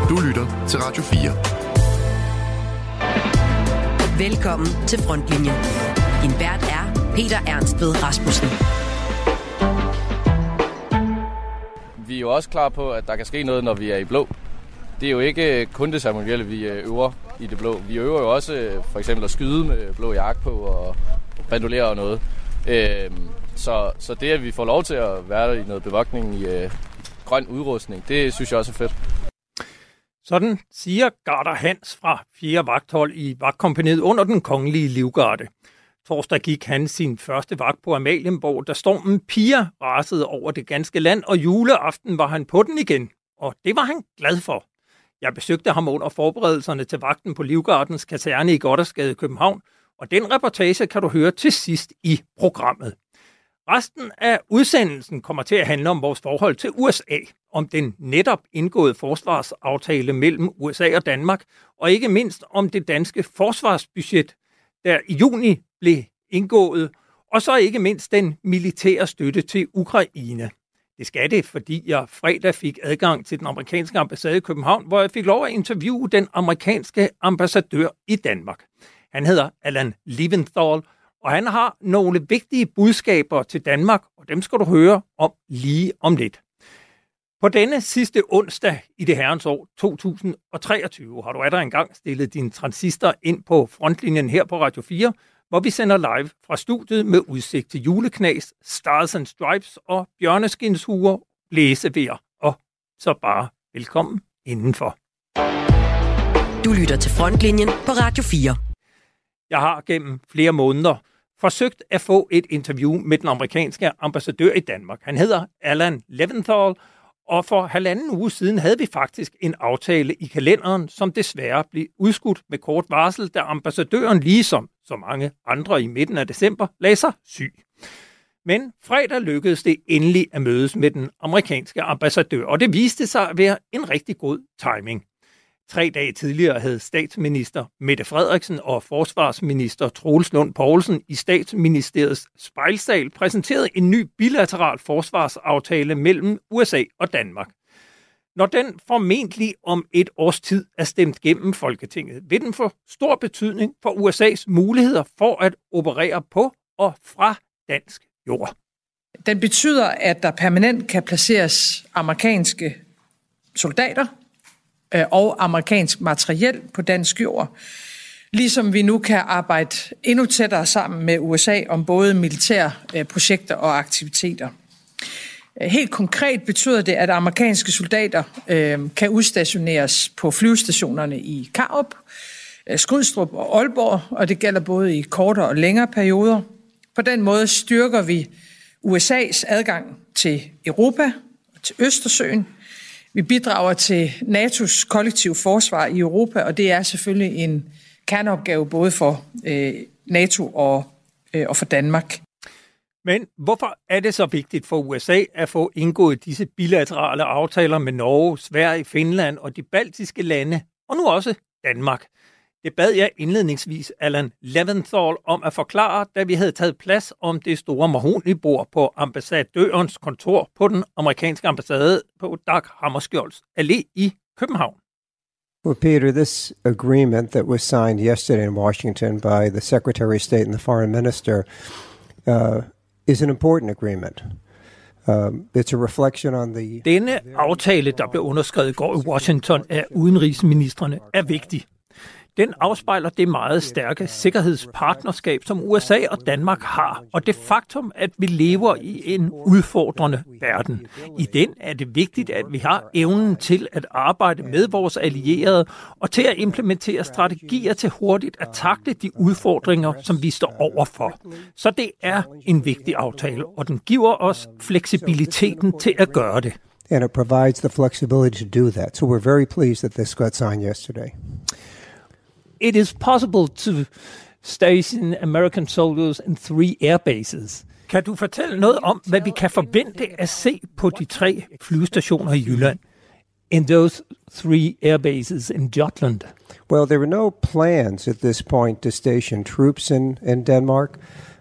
Du lytter til Radio 4. Velkommen til Frontlinjen. Din vært er Peter Ernstved Rasmussen. Vi er jo også klar på, at der kan ske noget, når vi er i blå. Det er jo ikke kun det ceremonielle, vi øver i det blå. Vi øver jo også for eksempel at skyde med blå jakke på og bandolere og noget. Så det, at vi får lov til at være i noget bevogtning i grøn udrustning, det synes jeg også er fedt. Sådan siger Garder Hans fra 4. vagthold i vagtkompagniet under den kongelige livgarde. Torsdag gik han sin første vagt på Amalienborg, da stormen Pia rasede over det ganske land, og juleaften var han på den igen. Og det var han glad for. Jeg besøgte ham under forberedelserne til vagten på Livgardens kaserne i Gothersgade i København, og den reportage kan du høre til sidst i programmet. Resten af udsendelsen kommer til at handle om vores forhold til USA, om den netop indgåede forsvarsaftale mellem USA og Danmark, og ikke mindst om det danske forsvarsbudget, der i juni blev indgået, og så ikke mindst den militære støtte til Ukraine. Det skal det, fordi jeg fredag fik adgang til den amerikanske ambassade i København, hvor jeg fik lov at interviewe den amerikanske ambassadør i Danmark. Han hedder Alan Leventhal, og han har nogle vigtige budskaber til Danmark, og dem skal du høre om lige om lidt. På denne sidste onsdag i det herrens år 2023 har du atter engang stillet din transistor ind på Frontlinjen her på Radio 4, hvor vi sender live fra studiet med udsigt til juleknas, Stars and Stripes og bjørneskinshuer, blæsevejr. Og så bare velkommen indenfor. Du lytter til Frontlinjen på Radio 4. Jeg har gennem flere måneder forsøgt at få et interview med den amerikanske ambassadør i Danmark. Han hedder Alan Leventhal, og for 1,5 uge siden havde vi faktisk en aftale i kalenderen, som desværre blev udskudt med kort varsel, da ambassadøren ligesom så mange andre i midten af december lagde sig syg. Men fredag lykkedes det endelig at mødes med den amerikanske ambassadør, og det viste sig at være en rigtig god timing. 3 dage tidligere havde statsminister Mette Frederiksen og forsvarsminister Troels Lund Poulsen i statsministeriets spejlsal præsenteret en ny bilateral forsvarsaftale mellem USA og Danmark. Når den formentlig om et års tid er stemt gennem Folketinget, vil den få stor betydning for USA's muligheder for at operere på og fra dansk jord. Den betyder, at der permanent kan placeres amerikanske soldater og amerikansk materiel på dansk jord, ligesom vi nu kan arbejde endnu tættere sammen med USA om både militære projekter og aktiviteter. Helt konkret betyder det, at amerikanske soldater kan udstationeres på flyvestationerne i Karup, Skrydstrup og Aalborg, og det gælder både i kortere og længere perioder. På den måde styrker vi USA's adgang til Europa og til Østersøen. Vi bidrager til NATO's kollektive forsvar i Europa, og det er selvfølgelig en kerneopgave både for NATO og for Danmark. Men hvorfor er det så vigtigt for USA at få indgået disse bilaterale aftaler med Norge, Sverige, Finland og de baltiske lande, og nu også Danmark? Det bad jeg indledningsvis Alan Leventhal om at forklare, da vi havde taget plads om det store mahonibord på ambassadørens kontor på den amerikanske ambassade på Dag Hammarskjolds Allé i København. Well, Peter, this agreement that was signed yesterday in Washington by the Secretary of State and the Foreign Minister is an important agreement. It's a reflection on the... Denne aftale, der blev underskrevet i går i Washington af udenrigsministrene, er vigtig. Den afspejler det meget stærke sikkerhedspartnerskab, som USA og Danmark har, og det faktum, at vi lever i en udfordrende verden. I den er det vigtigt, at vi har evnen til at arbejde med vores allierede og til at implementere strategier til hurtigt at takle de udfordringer, som vi står overfor. Så det er en vigtig aftale, og den giver os fleksibiliteten til at gøre det. And it provides the flexibility to do that. So we're very pleased that this got signed yesterday. It is possible to station American soldiers in 3 air bases. Kan du fortælle noget om, hvad vi kan forvente at se på de 3 flyvestationer i Jylland? In those 3 air bases in Jutland? Well, there were no plans at this point to station troops in Denmark.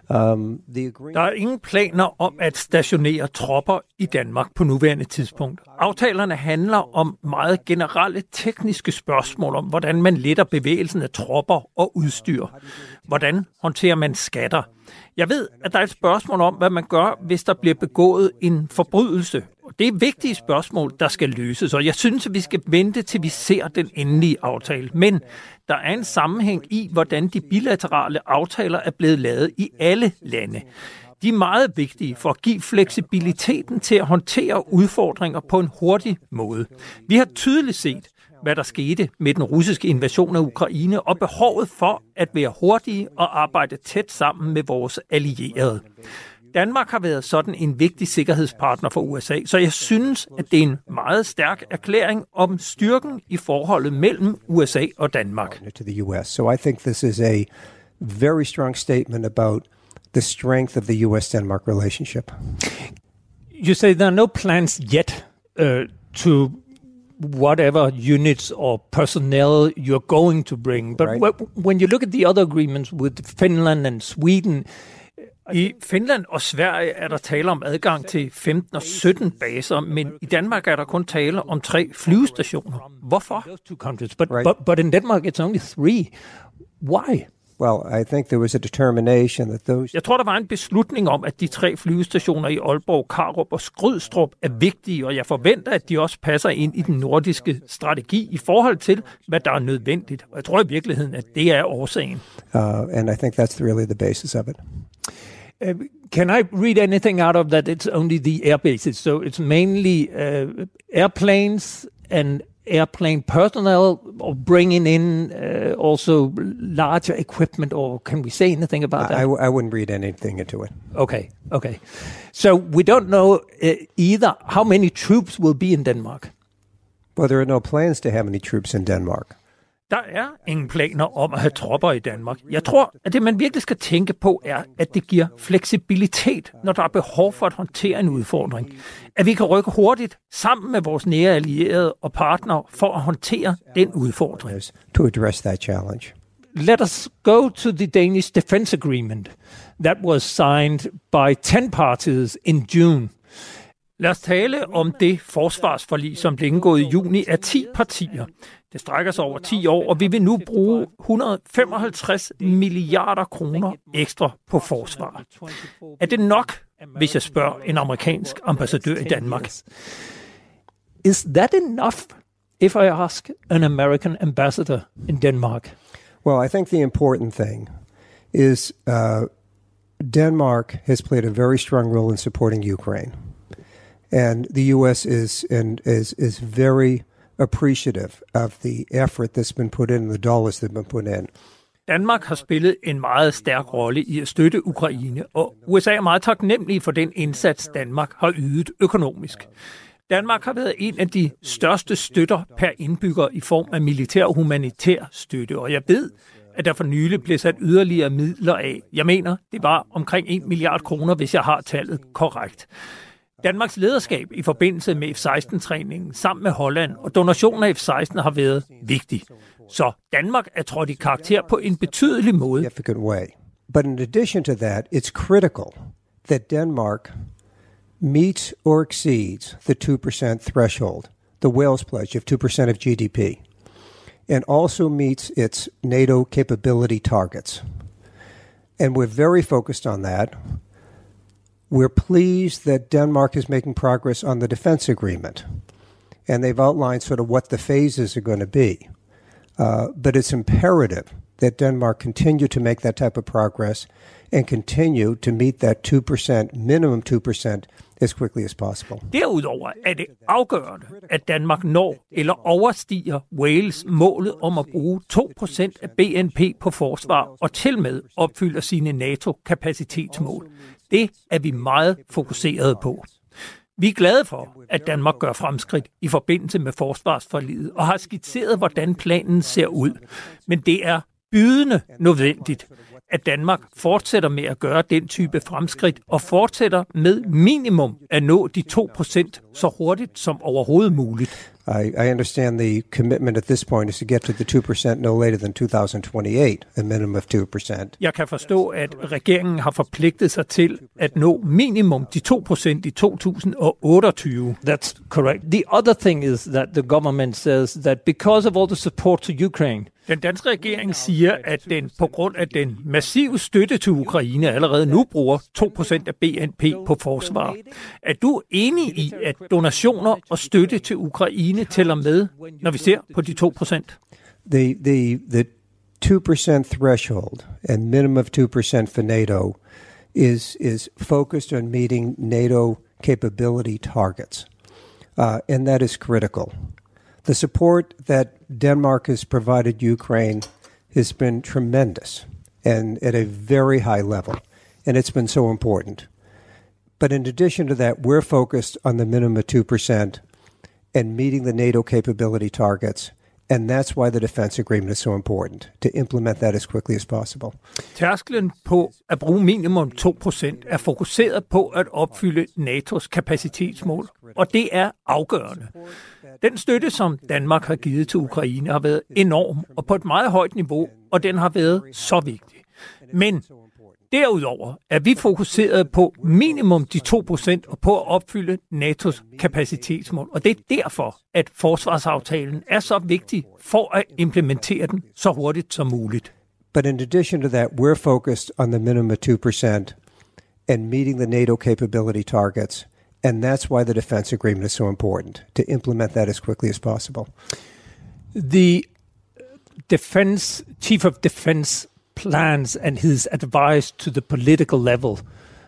Der er ingen planer om at stationere tropper i Danmark på nuværende tidspunkt. Aftalerne handler om meget generelle tekniske spørgsmål om, hvordan man letter bevægelsen af tropper og udstyr. Hvordan håndterer man skatter? Jeg ved, at der er et spørgsmål om, hvad man gør, hvis der bliver begået en forbrydelse. Det er vigtige spørgsmål, der skal løses, og jeg synes, at vi skal vente, til vi ser den endelige aftale. Men der er en sammenhæng i, hvordan de bilaterale aftaler er blevet lavet i alle lande. De er meget vigtige for at give fleksibiliteten til at håndtere udfordringer på en hurtig måde. Vi har tydeligt set, hvad der skete med den russiske invasion af Ukraine, og behovet for at være hurtige og arbejde tæt sammen med vores allierede. Danmark har været sådan en vigtig sikkerhedspartner for USA, så jeg synes, at det er en meget stærk erklæring om styrken i forholdet mellem USA og Danmark. To the US. So I think this is a very strong statement about the strength of the US-Denmark relationship. You say there are no plans yet to whatever units or personnel you're going to bring. But right. When you look at the other agreements with Finland and Sweden, i Finland og Sverige er der tale om adgang til 15 og 17 baser, men i Danmark er der kun tale om 3 flyvestationer. Hvorfor? But in Denmark it's only 3. Why? Well, I think there was a determination that those... Jeg tror, der var en beslutning om, at de 3 flyvestationer i Aalborg, Karup og Skrydstrup er vigtige, og jeg forventer, at de også passer ind i den nordiske strategi i forhold til, hvad der er nødvendigt. Og jeg tror i virkeligheden, at det er årsagen. And I think that's really the basis of it. Can I read anything out of that? It's only the air bases, so it's mainly airplanes and airplane personnel, or bringing in also larger equipment, or can we say anything about that? I wouldn't read anything into it. Okay. So we don't know either how many troops will be in Denmark. Well, there are no plans to have any troops in Denmark. Der er ingen planer om at have tropper i Danmark. Jeg tror, at det man virkelig skal tænke på er, at det giver fleksibilitet, når der er behov for at håndtere en udfordring. At vi kan rykke hurtigt sammen med vores nære allierede og partnere for at håndtere den udfordring. To address that challenge. Let us go to the Danish Defence Agreement that was signed by 10 parties in June. Lad os tale om det forsvarsforlig, som blev indgået i juni af 10 partier. Det strækker sig over 10 år, og vi vil nu bruge 155 milliarder kroner ekstra på forsvar. Er det nok, hvis jeg spørger en amerikansk ambassadør i Danmark? Is that enough, if I ask an American ambassador in Denmark? Well, I think the important thing is Denmark has played a very strong role in supporting Ukraine. And the U.S. is very appreciative of the effort that's been put in, the dollars that have been put in. Danmark har spillet en meget stærk rolle i at støtte Ukraine, og USA er meget taknemmelig for den indsats, Danmark har ydet økonomisk. Danmark har været en af de største støtter per indbygger i form af militær og humanitær støtte, og jeg ved, at der for nylig blev sat yderligere midler af. Jeg mener, det var omkring 1 milliard kroner, hvis jeg har tallet korrekt. Danmarks lederskab i forbindelse med F-16-træningen sammen med Holland og donationen af F-16 har været vigtig. Så Danmark er trådt i karakter på en betydelig måde. But in addition to that, it's critical that Denmark meets or exceeds the 2% threshold, the Wales Pledge of 2% of GDP, and also meets its NATO capability targets. And we're very focused on that. We're pleased that Denmark is making progress on the defense agreement, and they've outlined sort of what the phases are going to be. But it's imperative that Denmark continue to make that type of progress and continue to meet that 2%, minimum 2%, as quickly as possible. Derudover er det afgørende, at Danmark når eller overstiger Wales målet om at bruge 2% af BNP på forsvar og til med opfylder sine NATO-kapacitetsmål. Det er vi meget fokuseret på. Vi er glade for, at Danmark gør fremskridt i forbindelse med forsvarsforliget og har skitseret, hvordan planen ser ud. Men det er bydende nødvendigt, at Danmark fortsætter med at gøre den type fremskridt og fortsætter med minimum at nå de 2%, så hurtigt som overhovedet muligt. I understand the commitment at this point is to get to the 2% no later than 2028, a minimum of 2%. Jeg kan forstå, at regeringen har forpligtet sig til at nå minimum de 2% i 2028. That's correct. The other thing is that the government says that because of all the support to Ukraine, den danske regering siger, at den på grund af den massive støtte til Ukraine allerede nu bruger 2% af BNP på forsvar. Er du enig i, at donationer og støtte til Ukraine tæller med, når vi ser på de 2%? The 2% threshold and minimum of 2% for NATO is focused on meeting NATO capability targets, and that is critical. The support that Denmark has provided Ukraine has been tremendous and at a very high level, and it's been so important. But in addition to that, we're focused on the minimum of 2% and meeting the NATO capability targets, and that's why the defense agreement is so important, to implement that as quickly as possible. Tærsklen på at bruge minimum 2% er fokuseret på at opfylde NATO's kapacitetsmål, og det er afgørende. Den støtte, som Danmark har givet til Ukraine, har været enorm og på et meget højt niveau, og den har været så vigtig. Men derudover er vi fokuseret på minimum de 2% og på at opfylde NATO's kapacitetsmål. Og det er derfor, at forsvarsaftalen er så vigtig for at implementere den så hurtigt som muligt. But in addition to that, we're focused on the minimum of 2% and meeting the NATO capability targets. And that's why the defense agreement is so important, to implement that as quickly as possible. The chief of defense plans and his advice to the political level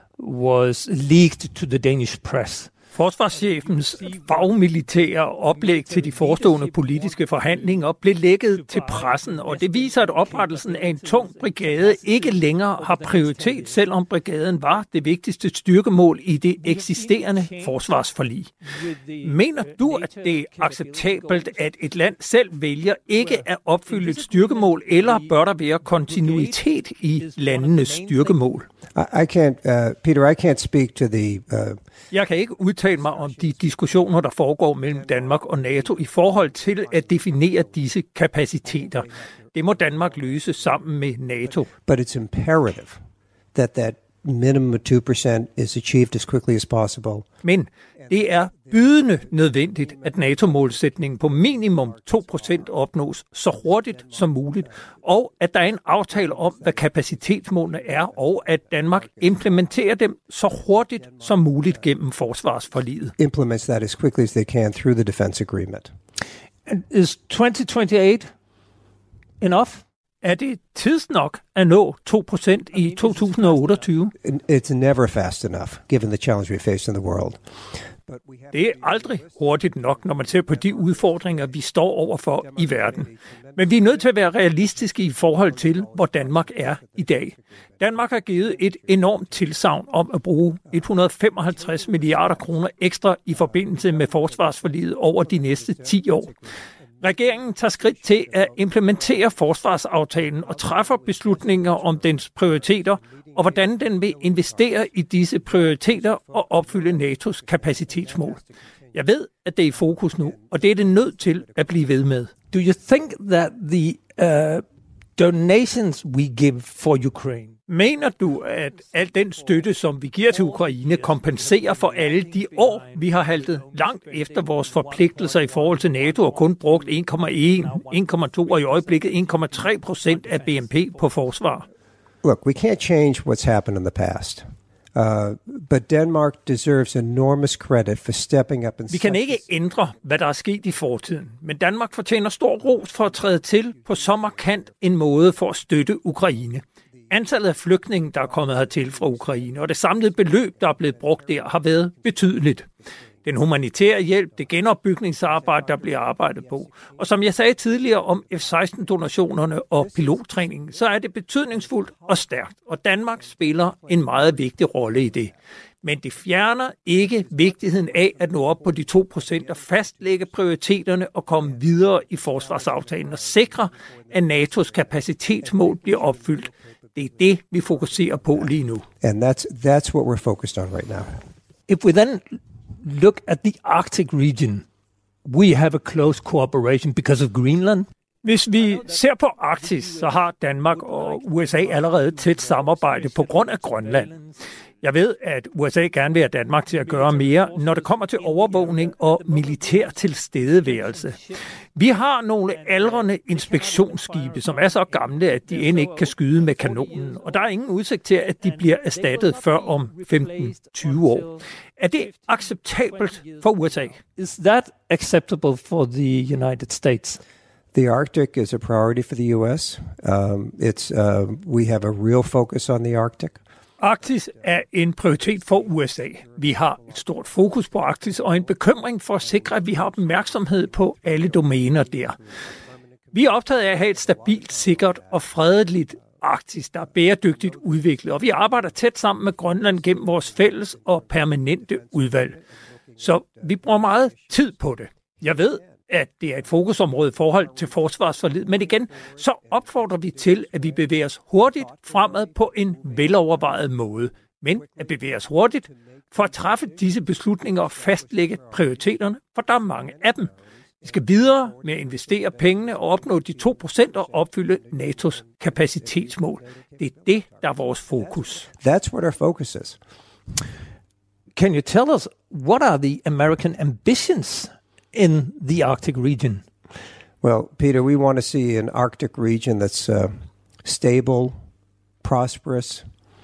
was leaked to the Danish press. Forsvarschefens fagmilitære oplæg til de forestående politiske forhandlinger blev lækket til pressen, og det viser, at oprettelsen af en tung brigade ikke længere har prioritet, selvom brigaden var det vigtigste styrkemål i det eksisterende forsvarsforlig. Mener du, at det er acceptabelt, at et land selv vælger ikke at opfylde et styrkemål, eller bør der være kontinuitet i landenes styrkemål? Peter, I can't speak to the... Jeg kan ikke udtale mig om de diskussioner, der foregår mellem Danmark og NATO i forhold til at definere disse kapaciteter. Det må Danmark løse sammen med NATO. But it's imperative that minimum of 2% is achieved as quickly as possible. Men det er bydende nødvendigt, at NATO-målsætningen på minimum 2% opnås så hurtigt som muligt, og at der er en aftale om, hvad kapacitetsmålene er, og at Danmark implementerer dem så hurtigt som muligt gennem forsvarsforliget. Implements that as quickly as they can through the defense agreement. And is 2028 enough? Er det tidsnok at nå 2% i 2028? It's never fast enough, given the challenge we face in the world. Det er aldrig hurtigt nok, når man ser på de udfordringer, vi står overfor i verden. Men vi er nødt til at være realistiske i forhold til, hvor Danmark er i dag. Danmark har givet et enormt tilsagn om at bruge 155 milliarder kroner ekstra i forbindelse med forsvarsforliget over de næste 10 år. Regeringen tager skridt til at implementere forsvarsaftalen og træffer beslutninger om dens prioriteter, og hvordan den vil investere i disse prioriteter og opfylde NATO's kapacitetsmål. Jeg ved, at det er i fokus nu, og det er det nødt til at blive ved med. Do you think that the donations we give for Ukraine? Mener du, at al den støtte, som vi giver til Ukraine, kompenserer for alle de år, vi har haltet langt efter vores forpligtelser i forhold til NATO og kun brugt 1,1, 1,2 og i øjeblikket 1,3% af BNP på forsvar? Look, we can't change what's happened in the past. But Denmark deserves enormous credit for stepping up and... Vi kan ikke ændre, hvad der er sket i fortiden, men Danmark fortjener stor ros for at træde til på så markant en måde for at støtte Ukraine. Antallet af flygtninge, der er kommet hertil fra Ukraine, og det samlede beløb, der er blevet brugt der, har været betydeligt. Den humanitære hjælp, det genopbygningsarbejde, der bliver arbejdet på. Og som jeg sagde tidligere om F-16-donationerne og pilottræningen, så er det betydningsfuldt og stærkt, og Danmark spiller en meget vigtig rolle i det. Men det fjerner ikke vigtigheden af at nå op på de 2% og fastlægge prioriteterne og komme videre i forsvarsaftalen og sikre, at NATO's kapacitetsmål bliver opfyldt. Det er det, vi fokuserer på lige nu. And that's what we're focused on right now. If we then look at the Arctic region, we have a close cooperation because of Greenland. Hvis vi ser på Arktis, så har Danmark og USA allerede tæt samarbejde på grund af Grønland. Jeg ved, at USA gerne vil have Danmark til at gøre mere, når det kommer til overvågning og militær tilstedeværelse. Vi har nogle aldrende inspektionsskibe, som er så gamle, at de end ikke kan skyde med kanonen, og der er ingen udsigt til, at de bliver erstattet før om 15-20 år. Er det acceptabelt for USA? Is that acceptable for the United States? The Arctic is a priority for the U.S. We have a real focus on the Arctic. Arktis er en prioritet for USA. Vi har et stort fokus på Arktis og en bekymring for at sikre, at vi har opmærksomhed på alle domæner der. Vi er optaget af at have et stabilt, sikkert og fredeligt Arktis, der er bæredygtigt udviklet, og vi arbejder tæt sammen med Grønland gennem vores fælles og permanente udvalg. Så vi bruger meget tid på det. Jeg ved, at det er et fokusområde i forhold til forsvarsforliget, men igen, så opfordrer vi til, at vi bevæger os hurtigt fremad på en velovervejet måde, men at bevæge os hurtigt for at træffe disse beslutninger og fastlægge prioriteterne, for der er mange af dem. Vi skal videre med at investere pengene og opnå de 2% og opfylde NATO's kapacitetsmål. Det er det, der er vores fokus. That's what our focus is. Can you tell us, what are the American ambitions in the Arctic region? Well, Peter, we want to see an Arctic region that's stable, prosperous.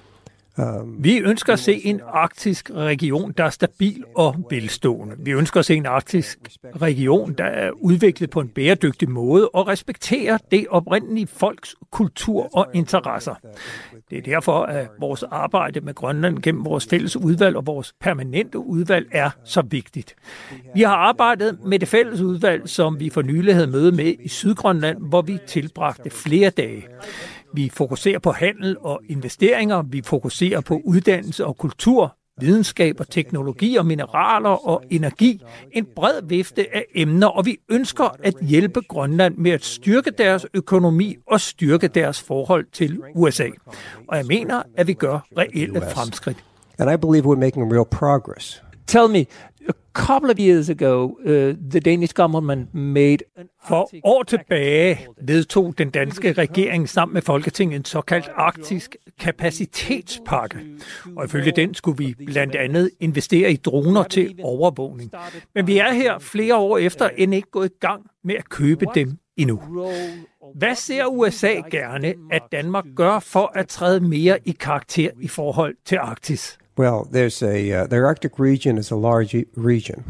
Vi ønsker at se en arktisk region, der er stabil og velstående. Vi ønsker at se en arktisk region, der er udviklet på en bæredygtig måde og respekterer det oprindelige folks kultur og interesser. Det er derfor, at vores arbejde med Grønland gennem vores fælles udvalg og vores permanente udvalg er så vigtigt. Vi har arbejdet med det fælles udvalg, som vi for nylig havde møde med i Sydgrønland, hvor vi tilbragte flere dage. Vi fokuserer på handel og investeringer, vi fokuserer på uddannelse og kultur, videnskab og teknologi og mineraler og energi, en bred vifte af emner, og vi ønsker at hjælpe Grønland med at styrke deres økonomi og styrke deres forhold til USA. Og jeg mener, at vi gør reelle fremskridt. And I believe we're making real progress. Tell me, a couple of years ago, the Danish government made For år tilbage vedtog den danske regering sammen med Folketinget en såkaldt arktisk kapacitetspakke. Og ifølge den skulle vi blandt andet investere i droner til overvågning. Men vi er her flere år efter end ikke gået i gang med at købe dem endnu. Hvad ser USA gerne, at Danmark gør for at træde mere i karakter i forhold til Arktis? Well, the Arctic region is a large region.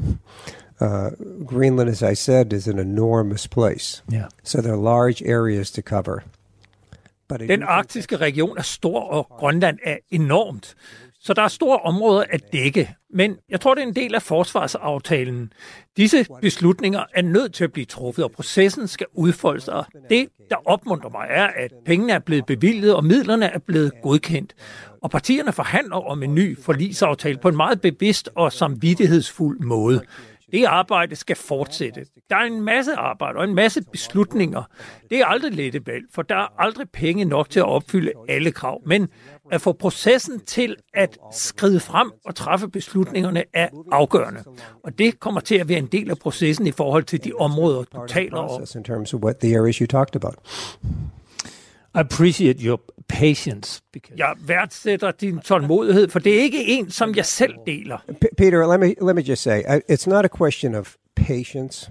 Greenland, as I said, is an enormous place. Yeah. So there are large areas to cover. Den arktiske region er stor, og Grønland er enormt. Så der er store områder at dække. Men jeg tror, det er en del af forsvarsaftalen. Disse beslutninger er nødt til at blive truffet, og processen skal udfolde sig. Det, der opmuntrer mig, er, at pengene er blevet bevilget, og midlerne er blevet godkendt. Og partierne forhandler om en ny forligsaftale på en meget bevidst og samvittighedsfuld måde. Det arbejde skal fortsætte. Der er en masse arbejde og en masse beslutninger. Det er aldrig lette valg, for der er aldrig penge nok til at opfylde alle krav. Men at få processen til at skride frem og træffe beslutningerne er afgørende. Og det kommer til at være en del af processen i forhold til de områder, du taler om. In terms of what the areas you talked about. I appreciate your patience. Jeg værdsætter din tålmodighed, for det er ikke en, som jeg selv deler. Peter, let me just say, it's not a question of patience.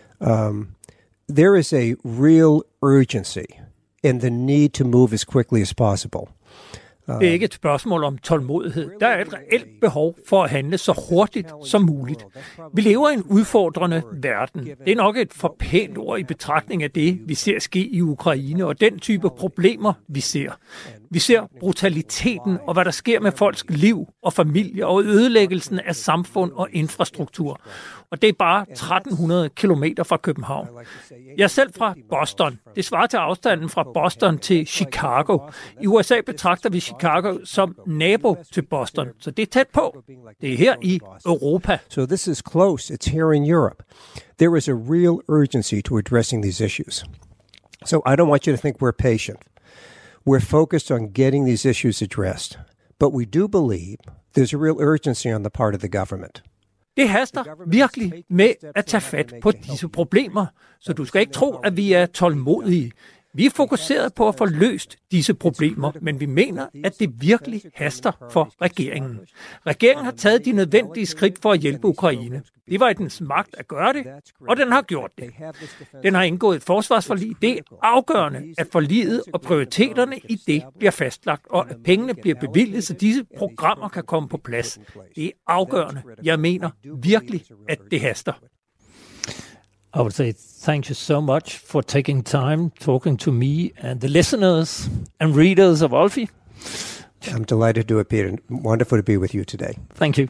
There is a real urgency in the need to move as quickly as possible. Det er ikke et spørgsmål om tålmodighed. Der er et reelt behov for at handle så hurtigt som muligt. Vi lever i en udfordrende verden. Det er nok et for pænt ord i betragtning af det, vi ser ske i Ukraine, og den type problemer, vi ser. Vi ser brutaliteten og hvad der sker med folks liv og familie og ødelæggelsen af samfund og infrastruktur. Og det er bare 1300 kilometer fra København. Jeg er selv fra Boston. Det svarer til afstanden fra Boston til Chicago. I USA betragter vi Chicago som nabo til Boston, så det er tæt på. Det er her i Europa. So this is close. It's here in Europe. There is a real urgency to addressing these issues. So I don't want you to think we're patient. We're focused on getting these issues addressed. But we do believe there's a real urgency on the part of the government. Det haster virkelig med at tage fat på disse problemer, så du skal ikke tro, at vi er tålmodige. Vi er fokuseret på at få løst disse problemer, men vi mener, at det virkelig haster for regeringen. Regeringen har taget de nødvendige skridt for at hjælpe Ukraine. Det var i dens magt at gøre det, og den har gjort det. Den har indgået et forsvarsforlig. Det er afgørende, at forliget og prioriteterne i det bliver fastlagt, og at pengene bliver bevilget, så disse programmer kan komme på plads. Det er afgørende. Jeg mener virkelig, at det haster. I would say thank you so much for taking time talking to me and the listeners and readers of Olfi. I'm delighted to do it, Peter. Wonderful to be with you today. Thank you.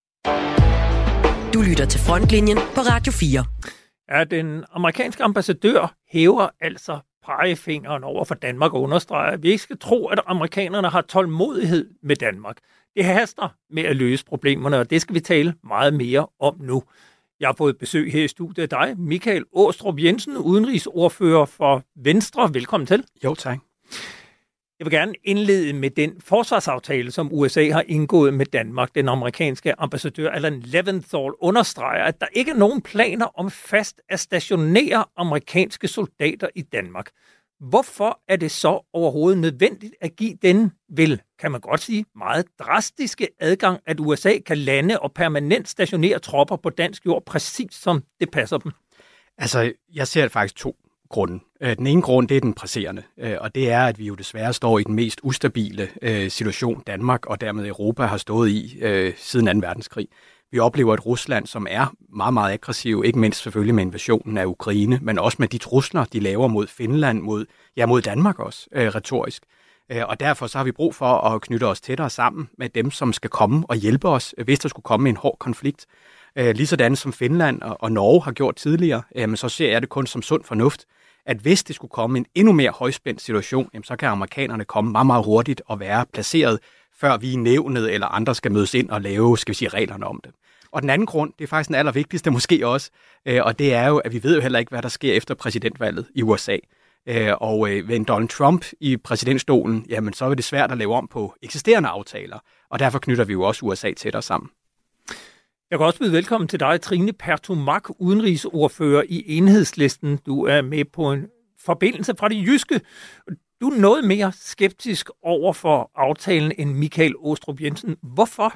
Du lytter til Frontlinjen på Radio 4. Ja, den amerikanske ambassadør hæver altså pegefingeren over for Danmark og understreger, at vi ikke skal tro, at amerikanerne har tålmodighed med Danmark. Det haster med at løse problemerne, og det skal vi tale meget mere om nu. Jeg har fået besøg her i studiet af dig, Michael Aastrup Jensen, udenrigsordfører for Venstre. Velkommen til. Jo, tak. Jeg vil gerne indlede med den forsvarsaftale, som USA har indgået med Danmark. Den amerikanske ambassadør Alan Leventhal understreger, at der ikke er nogen planer om fast at stationere amerikanske soldater i Danmark. Hvorfor er det så overhovedet nødvendigt at give den, kan man godt sige, meget drastiske adgang, at USA kan lande og permanent stationere tropper på dansk jord, præcis som det passer dem? Altså, jeg ser faktisk to grunde. Den ene grund, det er den presserende, og det er, at vi jo desværre står i den mest ustabile situation, Danmark og dermed Europa har stået i siden 2. verdenskrig. Vi oplever et Rusland, som er meget, meget aggressiv, ikke mindst selvfølgelig med invasionen af Ukraine, men også med de trusler, de laver mod Finland, mod Danmark også, retorisk. Og derfor så har vi brug for at knytte os tættere sammen med dem, som skal komme og hjælpe os, hvis der skulle komme en hård konflikt. Ligesådan som Finland og Norge har gjort tidligere, så ser jeg det kun som sund fornuft, at hvis det skulle komme en endnu mere højspændt situation, så kan amerikanerne komme meget, meget hurtigt og være placeret, før vi i nævnet eller andre skal mødes ind og lave, skal vi sige, reglerne om det. Og den anden grund, det er faktisk den allervigtigste måske også, og det er jo, at vi ved jo heller ikke, hvad der sker efter præsidentvalget i USA. Og ved en Donald Trump i præsidentstolen, jamen så er det svært at lave om på eksisterende aftaler, og derfor knytter vi jo også USA tættere sammen. Jeg kan også byde velkommen til dig, Trine Pertou-Mach, udenrigsordfører i Enhedslisten. Du er med på en forbindelse fra det jyske. Du er noget mere skeptisk over for aftalen end Michael Aastrup Jensen. Hvorfor?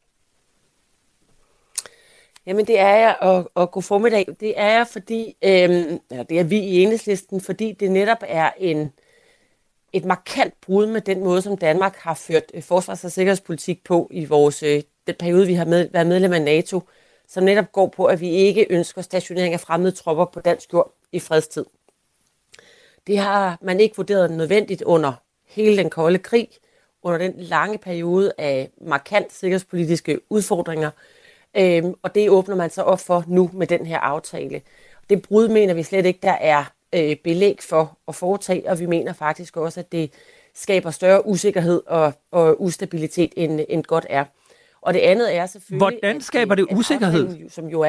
Jamen det er jeg, og god formiddag. Det er jeg, fordi, det er vi i Enhedslisten, fordi det netop er et markant brud med den måde, som Danmark har ført forsvars- og sikkerhedspolitik på i vores den periode, vi har været medlem af NATO, som netop går på, at vi ikke ønsker stationering af fremmede tropper på dansk jord i fredstid. Det har man ikke vurderet nødvendigt under hele den kolde krig, under den lange periode af markant sikkerhedspolitiske udfordringer, og det åbner man så op for nu med den her aftale. Det brud mener vi slet ikke, der er belæg for at foretage, og vi mener faktisk også, at det skaber større usikkerhed og ustabilitet, end godt er. Og det andet er selvfølgelig... Hvordan skaber det usikkerhed? Som jo er,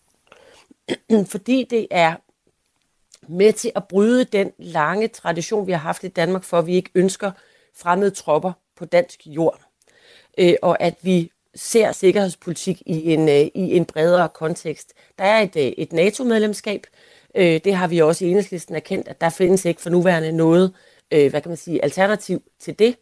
fordi det er med til at bryde den lange tradition, vi har haft i Danmark, for at vi ikke ønsker fremmede tropper på dansk jord. Og at vi ser sikkerhedspolitik i en bredere kontekst. Der er et NATO-medlemskab. Det har vi også i Enhedslisten erkendt, at der findes ikke for nuværende noget, alternativ til det.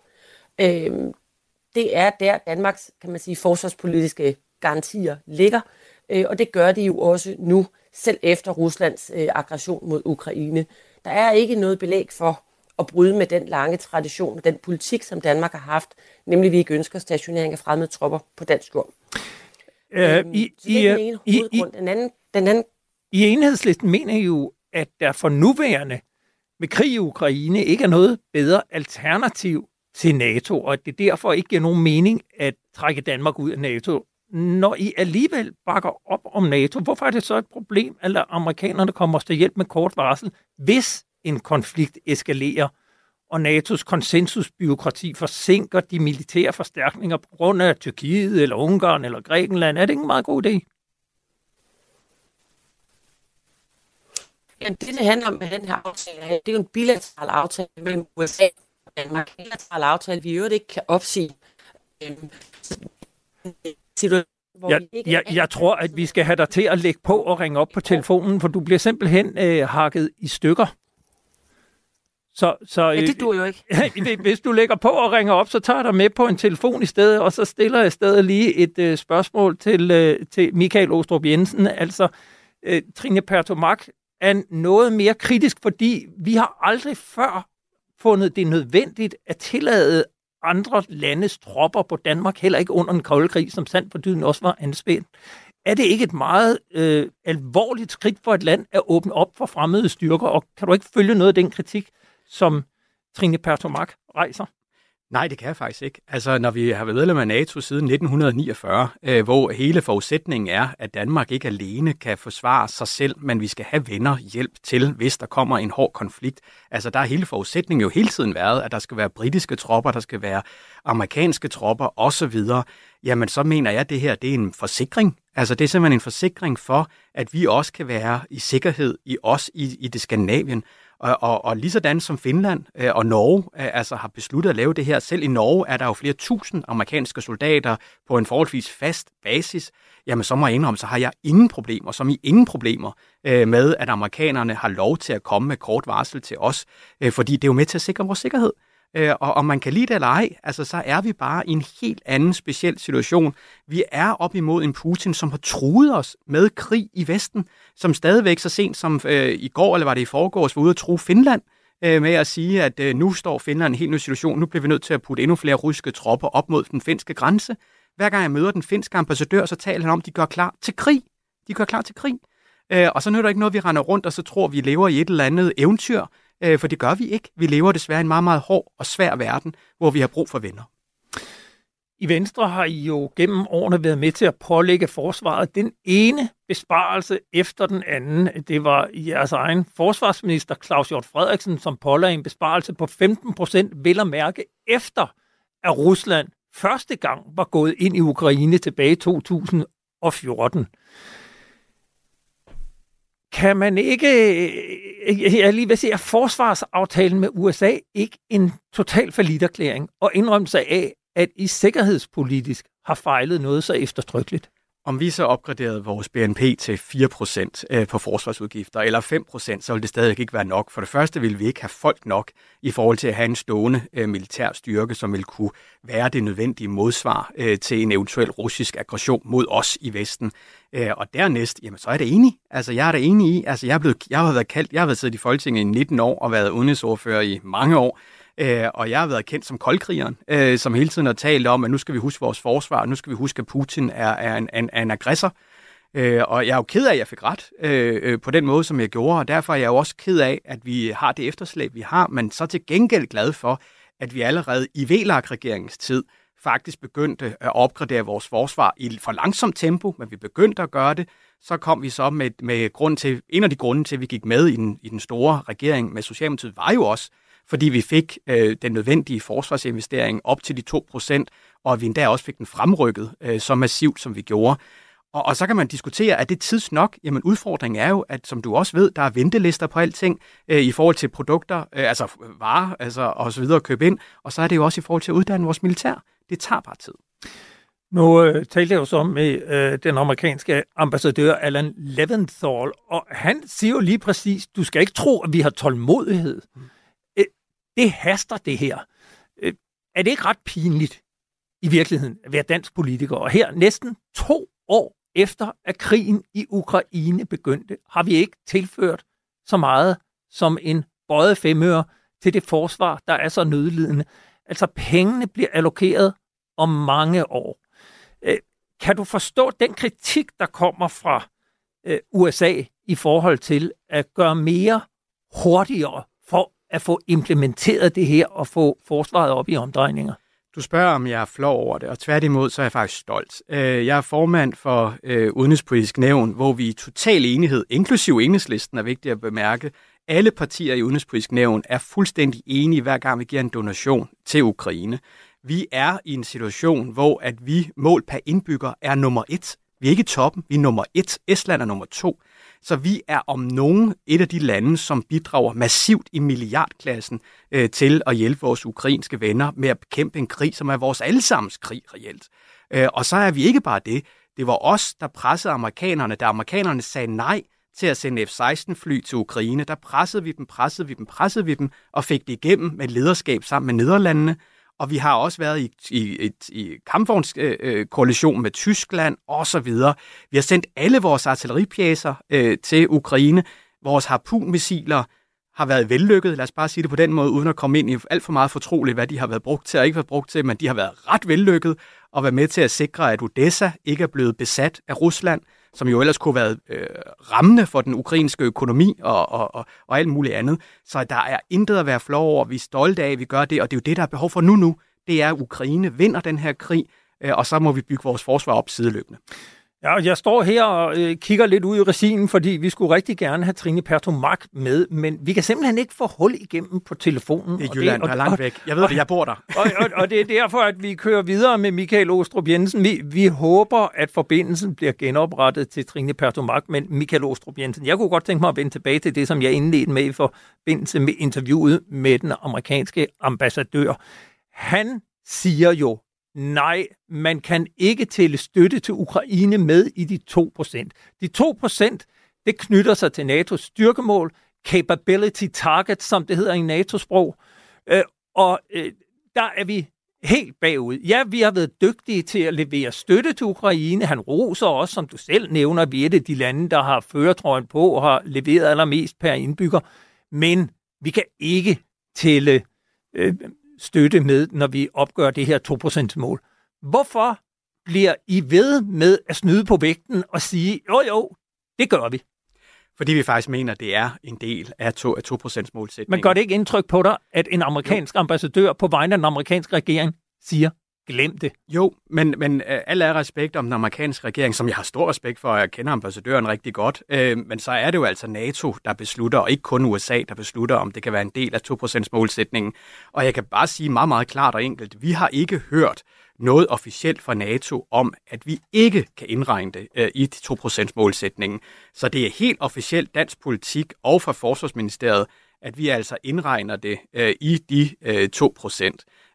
Det er der Danmarks, forsvarspolitiske garantier ligger, og det gør de jo også nu, selv efter Ruslands aggression mod Ukraine. Der er ikke noget belæg for at bryde med den lange tradition og den politik, som Danmark har haft, nemlig at vi ikke ønsker stationering af fremmede tropper på dansk jord. Det er den ene hovedgrund. Den anden. I Enhedslisten mener jo, at der for nuværende med krig i Ukraine ikke er noget bedre alternativ til NATO, og at det derfor ikke giver nogen mening at trække Danmark ud af NATO. Når I alligevel bakker op om NATO, hvorfor er det så et problem, at amerikanerne kommer os til hjælp med kort varsel, hvis en konflikt eskalerer, og NATO's konsensusbyråkrati forsinker de militære forstærkninger på grund af Tyrkiet, eller Ungarn, eller Grækenland? Er det ikke en meget god idé? Ja, det handler om med den her aftale, det er jo en bilateral aftale mellem USA og Danmark. En bilateral aftale, vi i øvrigt ikke kan opsige. hvor vi ikke... Jeg tror, at vi skal have dig til at lægge på og ringe op på telefonen, for du bliver simpelthen hakket i stykker. Så, det duer jo ikke. Hvis du lægger på og ringer op, så tager jeg dig med på en telefon i stedet, og så stiller jeg i stedet lige et spørgsmål til Michael Aastrup Jensen. Altså, Trine Pertou Mach er noget mere kritisk, fordi vi har aldrig før fundet det nødvendigt at tillade andre landes tropper på Danmark, heller ikke under den kolde krig, som sandt for dyden også var anspændt. Er det ikke et meget alvorligt skridt for et land at åbne op for fremmede styrker, og kan du ikke følge noget af den kritik, som Trine Pertou Mach rejser? Nej, det kan jeg faktisk ikke. Altså, når vi har været medlem af NATO siden 1949, hvor hele forudsætningen er, at Danmark ikke alene kan forsvare sig selv, men vi skal have venner hjælp til, hvis der kommer en hård konflikt. Altså, der er hele forudsætningen jo hele tiden været, at der skal være britiske tropper, der skal være amerikanske tropper osv. Jamen, så mener jeg, at det her det er en forsikring. Altså, det er simpelthen en forsikring for, at vi også kan være i sikkerhed i det Skandinavien. Og ligesådan som Finland og Norge altså har besluttet at lave det her. Selv i Norge er der jo flere tusind amerikanske soldater på en forholdsvis fast basis. Jamen så må jeg indrømme, så har jeg ingen problemer med, at amerikanerne har lov til at komme med kort varsel til os. Fordi det er jo med til at sikre vores sikkerhed. Og om man kan lide det eller ej, altså så er vi bare i en helt anden speciel situation. Vi er op imod en Putin, som har truet os med krig i Vesten, som stadigvæk så sent som i går, eller var det i forgårs, var ude at true Finland med at sige, at nu står Finland i en helt ny situation. Nu bliver vi nødt til at putte endnu flere russiske tropper op mod den finske grænse. Hver gang jeg møder den finske ambassadør, så taler han om, at de gør klar til krig. Og så nytter det ikke noget, vi render rundt, og så tror vi lever i et eller andet eventyr. For det gør vi ikke. Vi lever desværre i en meget, meget hård og svær verden, hvor vi har brug for venner. I Venstre har I jo gennem årene været med til at pålægge forsvaret den ene besparelse efter den anden. Det var jeres egen forsvarsminister Claus Hjort Frederiksen, som pålagde en besparelse på 15%, vel at mærke efter, at Rusland første gang var gået ind i Ukraine tilbage i 2014. Kan man ikke, jeg lige vil sige, at forsvarsaftalen med USA ikke en total falliterklæring og indrømmelse af, at I sikkerhedspolitisk har fejlet noget så eftertrykkeligt? Om vi så opgraderede vores BNP til 4% på forsvarsudgifter, eller 5%, så ville det stadig ikke være nok. For det første ville vi ikke have folk nok i forhold til at have en stående militær styrke, som ville kunne være det nødvendige modsvar til en eventuel russisk aggression mod os i Vesten. Og dernæst, jamen så er det enig. Altså jeg er da enig i, altså jeg har været siddet i Folketinget i 19 år og været udenrigsordfører i mange år. Og jeg har været kendt som koldkrigeren, som hele tiden har talt om, at nu skal vi huske vores forsvar, nu skal vi huske, at Putin er en aggressor. Og jeg er jo ked af, at jeg fik ret på den måde, som jeg gjorde, og derfor er jeg jo også ked af, at vi har det efterslæb, vi har, men så til gengæld glad for, at vi allerede i VLAK-regeringens tid faktisk begyndte at opgradere vores forsvar i for langsomt tempo, men vi begyndte at gøre det. Så kom vi så med grund til, en af de grunde til, at vi gik med i den store regering med Socialdemokratiet, var jo også, fordi vi fik den nødvendige forsvarsinvestering op til de 2%, og vi endda også fik den fremrykket så massivt, som vi gjorde. Og så kan man diskutere, er det tids nok? Jamen udfordringen er jo, at som du også ved, der er ventelister på alting i forhold til produkter, altså varer og så videre at købe ind, og så er det jo også i forhold til at uddanne vores militær. Det tager bare tid. Nu talte jeg jo så med den amerikanske ambassadør Alan Leventhal, og han siger jo lige præcis, du skal ikke tro, at vi har tålmodighed. Det haster det her. Er det ikke ret pinligt i virkeligheden at være dansk politiker? Og her næsten 2 år efter, at krigen i Ukraine begyndte, har vi ikke tilført så meget som en bøjet 5 øre til det forsvar, der er så nødlidende. Altså pengene bliver allokeret om mange år. Kan du forstå den kritik, der kommer fra USA i forhold til at gøre mere hurtigere for at få implementeret det her og få forsvaret op i omdrejninger? Du spørger, om jeg er flov over det, og tværtimod, så er jeg faktisk stolt. Jeg er formand for Udenrigspolitisk Nævn, hvor vi i total enighed, inklusive Enhedslisten, er vigtigt at bemærke, alle partier i Udenrigspolitisk Nævn er fuldstændig enige, hver gang vi giver en donation til Ukraine. Vi er i en situation, hvor at vi mål per indbygger er nummer 1. Vi er ikke i toppen, vi er nummer 1. Estland er nummer 2. Så vi er om nogen et af de lande, som bidrager massivt i milliardklassen til at hjælpe vores ukrainske venner med at bekæmpe en krig, som er vores allesammens krig reelt. Og så er vi ikke bare det. Det var os, der pressede amerikanerne, da amerikanerne sagde nej til at sende F-16-fly til Ukraine. Der pressede vi dem, og fik det igennem med lederskab sammen med Nederlandene. Og vi har også været i kampvognskoalition med Tyskland osv. Vi har sendt alle vores artilleripjæser til Ukraine. Vores harpunmissiler har været vellykket, lad os bare sige det på den måde, uden at komme ind i alt for meget fortroligt, hvad de har været brugt til og ikke været brugt til, men de har været ret vellykket og været med til at sikre, at Odessa ikke er blevet besat af Rusland, som jo ellers kunne have været rammende for den ukrainske økonomi og alt muligt andet. Så der er intet at være flov over. Vi er stolte af, at vi gør det, og det er jo det, der er behov for nu. Det er, at Ukraine vinder den her krig, og så må vi bygge vores forsvar op sideløbende. Ja, jeg står her og kigger lidt ud i regien, fordi vi skulle rigtig gerne have Trine Pertou Mach med, men vi kan simpelthen ikke få hul igennem på telefonen. Det er Jylland, der er langt væk. Jeg ved det, jeg bor der. Og det er derfor, at vi kører videre med Michael Aastrup Jensen. Vi håber, at forbindelsen bliver genoprettet til Trine Pertou Mach, men Michael Aastrup Jensen, jeg kunne godt tænke mig at vende tilbage til det, som jeg indledte med i forbindelse med interviewet med den amerikanske ambassadør. Han siger jo, nej, man kan ikke tælle støtte til Ukraine med i de 2%. De 2%, det knytter sig til NATO's styrkemål, capability target, som det hedder i NATO-sprog. Der er vi helt bagud. Ja, vi har været dygtige til at levere støtte til Ukraine. Han roser også, som du selv nævner, vi er et af de lande, der har førertrøjen på og har leveret allermest per indbygger. Men vi kan ikke tælle støtte med, når vi opgør det her 2%-mål. Hvorfor bliver I ved med at snyde på vægten og sige, jo, det gør vi? Fordi vi faktisk mener, det er en del af 2%-målsætningen. Men gør det ikke indtryk på dig, at en amerikansk ambassadør på vegne af den amerikanske regering siger, glem det? Jo, men al er respekt om den amerikanske regering, som jeg har stor respekt for, og jeg kender ambassadøren rigtig godt. Men så er det jo altså NATO, der beslutter, og ikke kun USA, der beslutter, om det kan være en del af 2%-målsætningen. Og jeg kan bare sige meget, meget klart og enkelt, vi har ikke hørt noget officielt fra NATO om, at vi ikke kan indregne det i 2%-målsætningen. Så det er helt officielt dansk politik og fra Forsvarsministeriet, at vi altså indregner det i de 2%.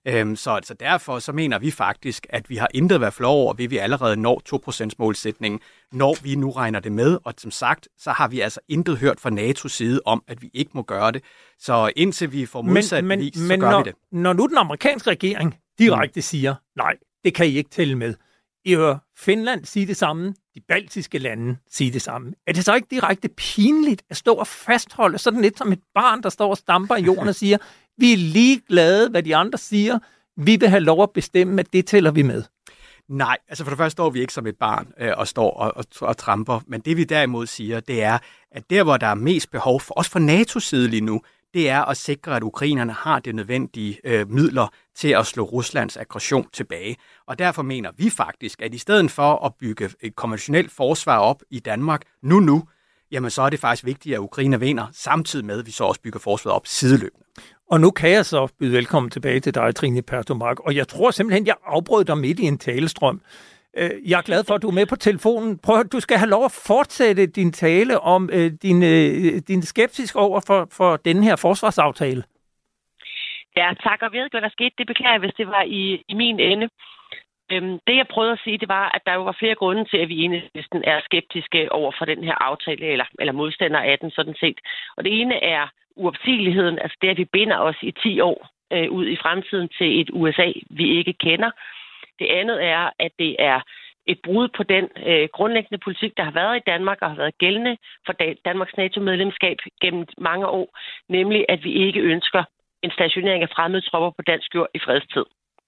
Så derfor så mener vi faktisk, at vi har intet at være flov over, ved vi allerede når 2%-målsætningen, når vi nu regner det med. Og som sagt, så har vi altså intet hørt fra NATO's side om, at vi ikke må gøre det. Så indtil vi får modsat bevis, så gør vi det. Når nu den amerikanske regering direkte siger, nej, det kan I ikke tælle med. I hører Finland sige det samme, de baltiske lande sige det samme. Er det så ikke direkte pinligt at stå og fastholde sådan lidt som et barn, der står og stamper i jorden og siger, vi er ligeglade, hvad de andre siger, vi vil have lov at bestemme, at det tæller vi med? Nej, altså for det første står vi ikke som et barn og står og tramper, men det vi derimod siger, det er, at der hvor der er mest behov for, også fra NATO's side lige nu, det er at sikre, at ukrainerne har de nødvendige midler til at slå Ruslands aggression tilbage. Og derfor mener vi faktisk, at i stedet for at bygge et konventionelt forsvar op i Danmark nu, jamen så er det faktisk vigtigt, at Ukraine vinder, samtidig med, at vi så også bygger forsvaret op sideløbende. Og nu kan jeg så byde velkommen tilbage til dig, Trine Pertou Mach, og jeg tror simpelthen, jeg afbrød dig midt i en talestrøm. Jeg er glad for, at du er med på telefonen. Prøv at du skal have lov at fortsætte din tale om din skepsis over for denne her forsvarsaftale. Ja, tak. Og ved ikke, hvad der skete. Det beklager jeg, hvis det var i min ende. Det, jeg prøvede at sige, det var, at der jo var flere grunde til, at vi i Enhedslisten er skeptiske over for den her aftale, eller modstandere af den sådan set. Og det ene er uopsigeligheden, altså det, at vi binder os i 10 år ud i fremtiden til et USA, vi ikke kender. Det andet er, at det er et brud på den grundlæggende politik, der har været i Danmark og har været gældende for Danmarks NATO-medlemskab gennem mange år, nemlig at vi ikke ønsker en stationering af fremmede tropper på dansk jord i fredstid.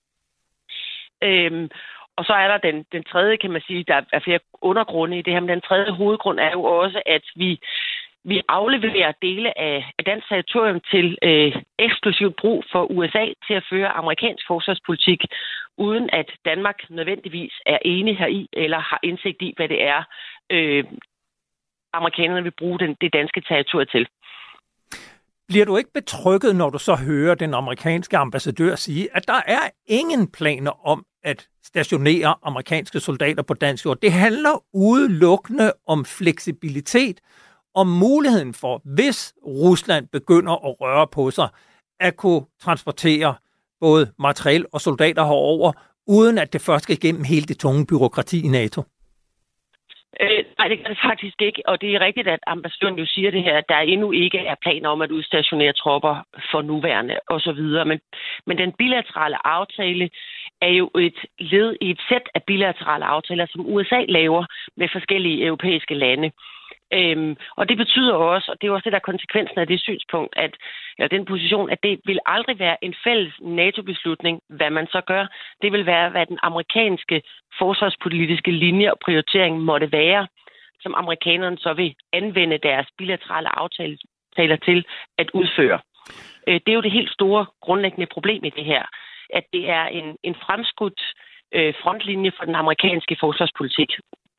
Og så er der den tredje, kan man sige, der er flere undergrunde i det her, men den tredje hovedgrund er jo også, at vi afleverer dele af dansk territorium til eksklusivt brug for USA til at føre amerikansk forsvarspolitik, uden at Danmark nødvendigvis er enig heri eller har indsigt i, hvad det er, amerikanerne vil bruge det danske territorium til. Bliver du ikke betrygget, når du så hører den amerikanske ambassadør sige, at der er ingen planer om at stationere amerikanske soldater på dansk jord? Det handler udelukkende om fleksibilitet, om muligheden for, hvis Rusland begynder at røre på sig, at kunne transportere både materiel og soldater herover, uden at det først skal igennem hele det tunge bureaukrati i NATO. Nej, det gør det faktisk ikke, og det er rigtigt, at ambassadøren jo siger det her, at der endnu ikke er planer om at udstationere tropper for nuværende osv., men den bilaterale aftale er jo et led i et sæt af bilaterale aftaler, som USA laver med forskellige europæiske lande. Og det betyder også, og det er også det, der er konsekvensen af det synspunkt, eller den position, at det vil aldrig være en fælles NATO-beslutning, hvad man så gør. Det vil være, hvad den amerikanske forsvarspolitiske linje og prioritering måtte være, som amerikanerne så vil anvende deres bilaterale aftaler til at udføre. Det er jo det helt store grundlæggende problem i det her, at det er en fremskudt frontlinje for den amerikanske forsvarspolitik.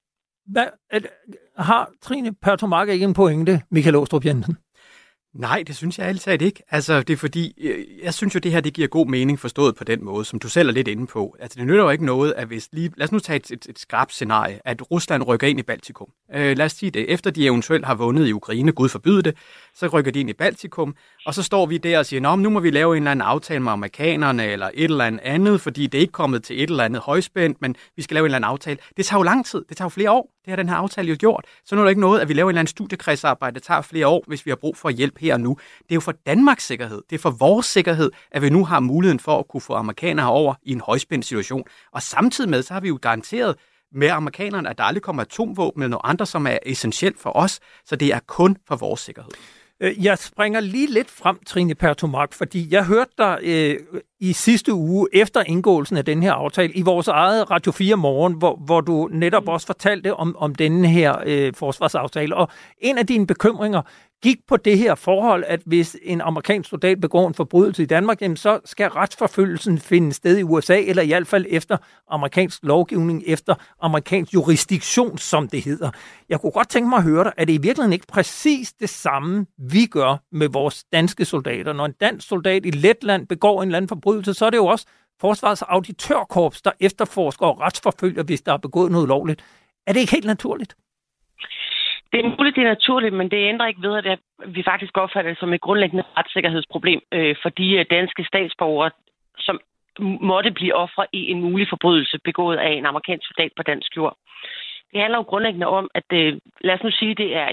Har Trine Pertou Mach ikke en pointe, Michael Aastrup Jensen? Nej, det synes jeg altid ikke. Altså, det er fordi, jeg synes jo, det her det giver god mening forstået på den måde, som du selv er lidt inde på. Altså, det nytter jo ikke noget, at hvis lige... Lad os nu tage et skrapt scenarie, at Rusland rykker ind i Baltikum. Lad os sige det. Efter de eventuelt har vundet i Ukraine, Gud forbyde det, så rykker de ind i Baltikum, og så står vi der og siger, nu må vi lave en eller anden aftale med amerikanerne, eller et eller andet, fordi det er ikke kommet til et eller andet højspændt, men vi skal lave en eller anden aftale. Det tager jo lang tid. Det tager jo flere år. Det har den her aftale jo gjort. Så nu er der ikke noget, at vi laver en eller anden studiekredsarbejde, det tager flere år, hvis vi har brug for hjælp her og nu. Det er jo for Danmarks sikkerhed. Det er for vores sikkerhed, at vi nu har muligheden for at kunne få amerikanere over i en højspændt situation. Og samtidig med, så har vi jo garanteret med amerikanerne, at der aldrig kommer atomvåben eller noget andet, som er essentielt for os. Så det er kun for vores sikkerhed. Jeg springer lige lidt frem, Trine Pertou Mach, fordi jeg hørte dig i sidste uge efter indgåelsen af den her aftale i vores eget Radio 4 Morgen, hvor du netop også fortalte om denne her forsvarsaftale. Og en af dine bekymringer gik på det her forhold, at hvis en amerikansk soldat begår en forbrydelse i Danmark, jamen så skal retsforfølgelsen finde sted i USA, eller i hvert fald efter amerikansk lovgivning, efter amerikansk jurisdiktion, som det hedder. Jeg kunne godt tænke mig at høre dig, er det i virkeligheden ikke præcis det samme, vi gør med vores danske soldater? Når en dansk soldat i Letland begår en eller anden forbrydelse, så er det jo også Forsvarets Auditørkorps, der efterforsker og retsforfølger, hvis der er begået noget lovligt. Er det ikke helt naturligt? Det er muligt, det er naturligt, men det ændrer ikke ved, at vi faktisk opfatter det som et grundlæggende retssikkerhedsproblem for de danske statsborgere, som måtte blive ofre i en mulig forbrydelse begået af en amerikansk soldat på dansk jord. Det handler jo grundlæggende om, at lad os nu sige, det er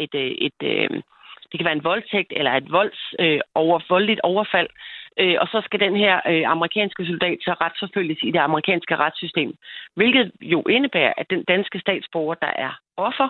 det kan være en voldtægt eller et voldeligt overfald, og så skal den her amerikanske soldat så retsforfølges i det amerikanske retssystem, hvilket jo indebærer, at den danske statsborger, der er offer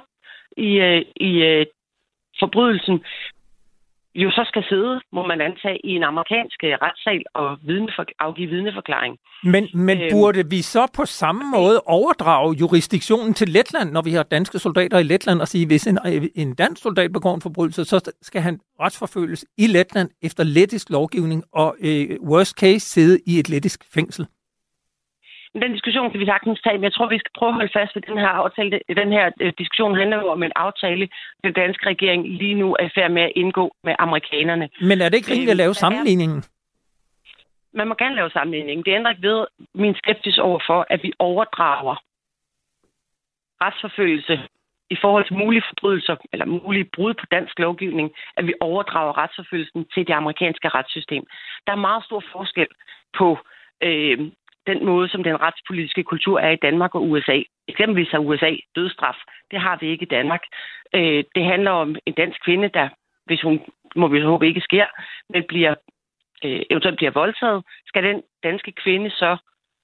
i forbrydelsen, jo så skal sidde, må man antage, i en amerikansk retssal og afgive vidneforklaring. Men burde vi så på samme måde overdrage jurisdiktionen til Letland, når vi har danske soldater i Letland, og sige, hvis en dansk soldat begår en forbrydelse, så skal han retsforfølges i Letland efter lettisk lovgivning, og worst case sidde i et lettisk fængsel? Den diskussion kan vi sagtens tage, men jeg tror, vi skal prøve at holde fast ved den her aftale. Den her diskussion handler jo om en aftale, den danske regering lige nu er i færd med at indgå med amerikanerne. Men er det ikke rimeligt at lave sammenligningen? Man må gerne lave sammenligningen. Det ændrer ikke ved min skepsis over for, at vi overdrager retsforfølgelse i forhold til mulige forbrydelser eller mulige brud på dansk lovgivning, at vi overdrager retsforfølgelsen til det amerikanske retssystem. Der er meget stor forskel på den måde, som den retspolitiske kultur er i Danmark og USA. Eksempelvis har USA dødsstraf. Det har vi ikke i Danmark. Det handler om en dansk kvinde, der, hvis hun, må vi så håbe ikke sker, men eventuelt bliver voldtaget, skal den danske kvinde så,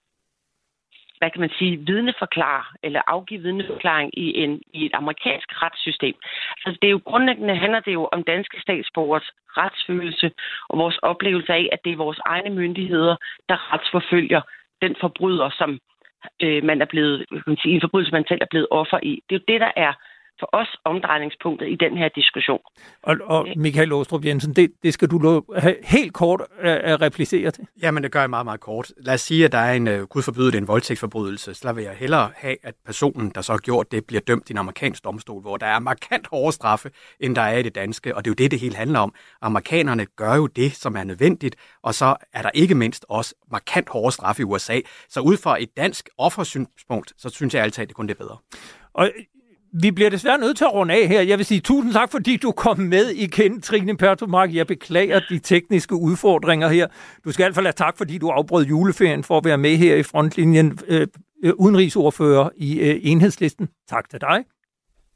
hvad kan man sige, vidneforklare eller afgive vidneforklaring i et amerikansk retssystem. Altså det er jo grundlæggende, handler det jo om danske statsborgers retsfølelse og vores oplevelse af, at det er vores egne myndigheder, der retsforfølger den forbryder, som man er blevet, en forbrydelse, man selv er blevet offer i. Det er jo det, der er for os omdrejningspunktet i den her diskussion. Og Michael Aastrup Jensen, det skal du helt kort replicere til. Jamen, det gør jeg meget, meget kort. Lad os sige, at der er en voldtægtsforbrydelse, så vil jeg hellere have, at personen, der så har gjort det, bliver dømt i en amerikansk domstol, hvor der er markant hårdere straffe, end der er i det danske. Og det er jo det hele handler om. Amerikanerne gør jo det, som er nødvendigt, og så er der ikke mindst også markant hårdere straffe i USA. Så ud fra et dansk offersynspunkt, så synes jeg altid, at det kun er bedre. Og vi bliver desværre nødt til at runde af her. Jeg vil sige tusind tak, fordi du kom med igen, Trine Pertou Mach. Jeg beklager de tekniske udfordringer her. Du skal i hvert fald have tak, fordi du afbrød juleferien for at være med her i frontlinjen. Udenrigsordfører i Enhedslisten. Tak til dig.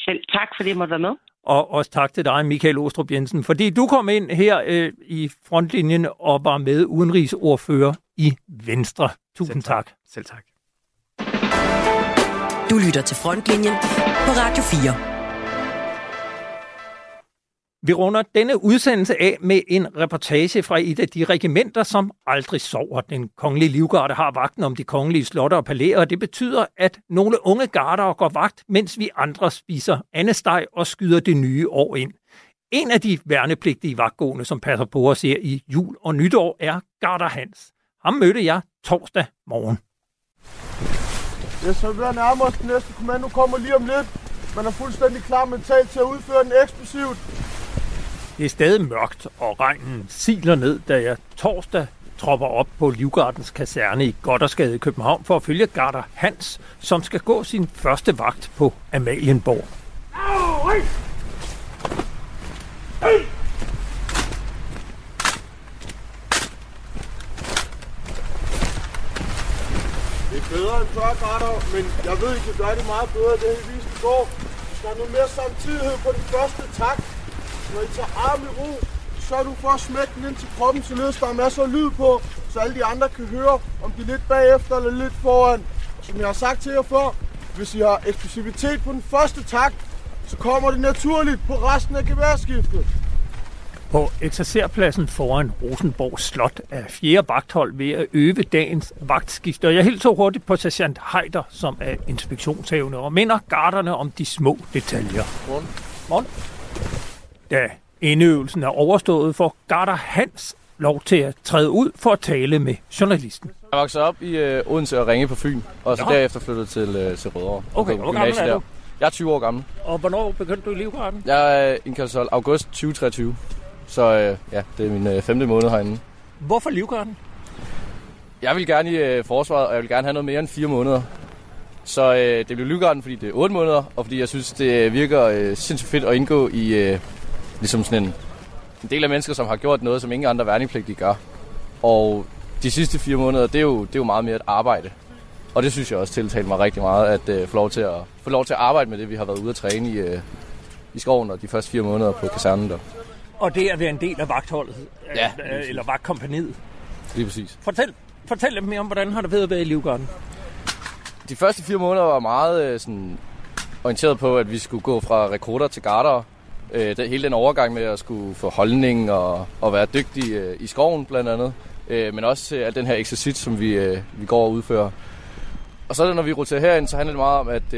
Selv tak, fordi jeg måtte være med. Og også tak til dig, Michael Aastrup Jensen, fordi du kom ind her i frontlinjen og var med udenrigsordfører i Venstre. Tusind tak. Selv tak. Du lytter til Frontlinjen på Radio 4. Vi runder denne udsendelse af med en reportage fra et af de regimenter, som aldrig sover. Den kongelige livgarde har vagten om de kongelige slotte og palæer, og det betyder, at nogle unge garder går vagt, mens vi andre spiser andesteg og skyder det nye år ind. En af de værnepligtige vagtgående, som passer på os her i jul og nytår, er Garder Hans. Ham mødte jeg torsdag morgen. Ja, så vi er nærmere den næste kommando kommer lige om lidt. Man er fuldstændig klar mentalt til at udføre den eksplosivt. Det er stadig mørkt, og regnen siler ned, da jeg torsdag tropper op på Livgardens kaserne i Gothersgade i København for at følge Garder Hans, som skal gå sin første vagt på Amalienborg. Det er bedre end før, Garder, men jeg ved ikke, at gøre det meget bedre, det har I vist i går. Vi skal have noget mere samtidighed på den første takt. Når I tager arm i ro, så sørger du for at smække den ind til kroppen, således der er masser af lyd på, så alle de andre kan høre, om de er lidt bagefter eller lidt foran. Og som jeg har sagt til jer før, hvis I har eksplosivitet på den første takt, så kommer det naturligt på resten af geværskiftet. På eksercerpladsen foran Rosenborg Slot er 4. vagthold ved at øve dagens vagtskift. Og jeg helt så hurtigt på sergeant Heider, som er inspektionshavende, og minder garderne om de små detaljer. Morgen. Da indøvelsen er overstået, får Garder Hans lov til at træde ud for at tale med journalisten. Jeg voksede op i Odense og Ringe på Fyn, og så derefter flyttede til Rødovre. Okay, hvor gammel er du? Jeg er 20 år gammel. Og hvornår begyndte du i Livgarden? Jeg er indkaldt august 2023, så det er min 5. måned herinde. Hvorfor Livgarden? Jeg vil gerne i forsvaret, og jeg vil gerne have noget mere end 4 måneder. Så det blev Livgarden, fordi det er 8 måneder, og fordi jeg synes, det virker sindssygt fedt at indgå i ligesom sådan en del af mennesker, som har gjort noget, som ingen andre værnepligtige gør. Og de sidste 4 måneder, det er jo meget mere et arbejde. Og det synes jeg også tiltalte mig rigtig meget, at få lov til at arbejde med det, vi har været ude at træne i skoven og de første 4 måneder på kasernen der. Og det er at være en del af vagtholdet, eller vagtkompagniet. Lige præcis. Fortæl lidt mere om, hvordan har det været at være i Livgarden? De første 4 måneder var meget sådan orienteret på, at vi skulle gå fra rekrutter til gardere. Hele den overgang med at skulle få holdning og være dygtig i skoven blandt andet. Men også til al den her eksercit, som vi går og udfører. Og så når vi roterer herind, så handler det meget om, at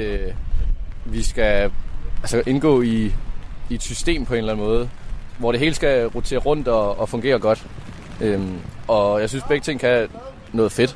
vi skal indgå i et system på en eller anden måde, hvor det hele skal rotere rundt og fungere godt. Og jeg synes, begge ting kan noget fedt.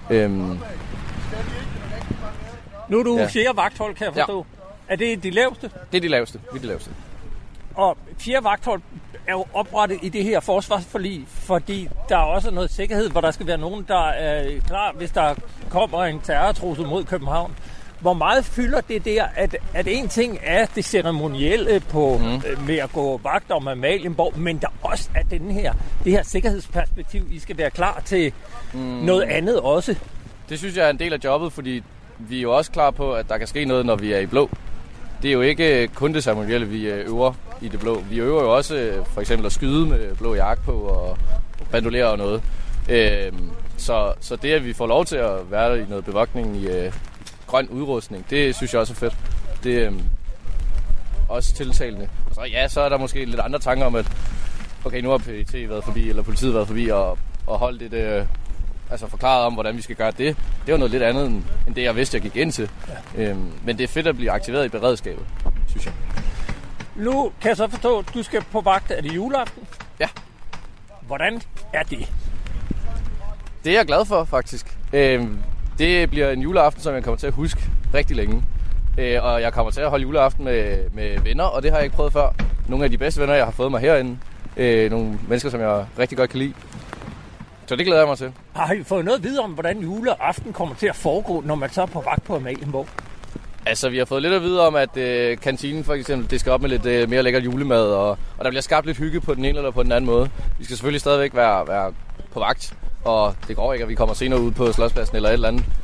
Nu er du 4. vagthold, kan jeg forstå. Ja. Er det de laveste? Det er de laveste. Vi er de laveste. Og 4. vagthold er jo oprettet i det her forsvarsforlig, fordi der er også noget sikkerhed, hvor der skal være nogen, der er klar, hvis der kommer en terrortrussel mod København. Hvor meget fylder det der, at en ting er det ceremonielle på med at gå vagt om Amalienborg, men der også er det her sikkerhedsperspektiv, I skal være klar til noget andet også? Det synes jeg er en del af jobbet, fordi vi er jo også klar på, at der kan ske noget, når vi er i blå. Det er jo ikke kun det ceremonielle, vi øver i det blå. Vi øver jo også for eksempel at skyde med blå jakke på og bandolere og noget. Så det, at vi får lov til at være i noget bevogtning i grøn udrustning, det synes jeg også er fedt. Det er også tiltalende. Og så er der måske lidt andre tanker om, at okay, nu har PET været forbi, eller politiet været forbi og holdt det forklaret om, hvordan vi skal gøre det. Det var noget lidt andet, end det, jeg vidste, jeg gik ind til. Ja. Men det er fedt at blive aktiveret i beredskabet, synes jeg. Nu kan jeg så forstå, at du skal på vagt. Er det juleaften? Ja. Hvordan er det? Det er jeg glad for, faktisk. Det bliver en juleaften, som jeg kommer til at huske rigtig længe. Og jeg kommer til at holde juleaften med venner, og det har jeg ikke prøvet før. Nogle af de bedste venner, jeg har fået mig herinde. Nogle mennesker, som jeg rigtig godt kan lide. Så det glæder jeg mig til. Har I fået noget at vide om, hvordan juleaften kommer til at foregå, når man så er på vagt på Amalienborg? Altså, vi har fået lidt at vide om, at kantinen for eksempel, det skal op med lidt mere lækker julemad, og der bliver skabt lidt hygge på den ene eller på den anden måde. Vi skal selvfølgelig stadigvæk være på vagt, og det går ikke, at vi kommer senere ud på Slotspladsen eller et eller andet.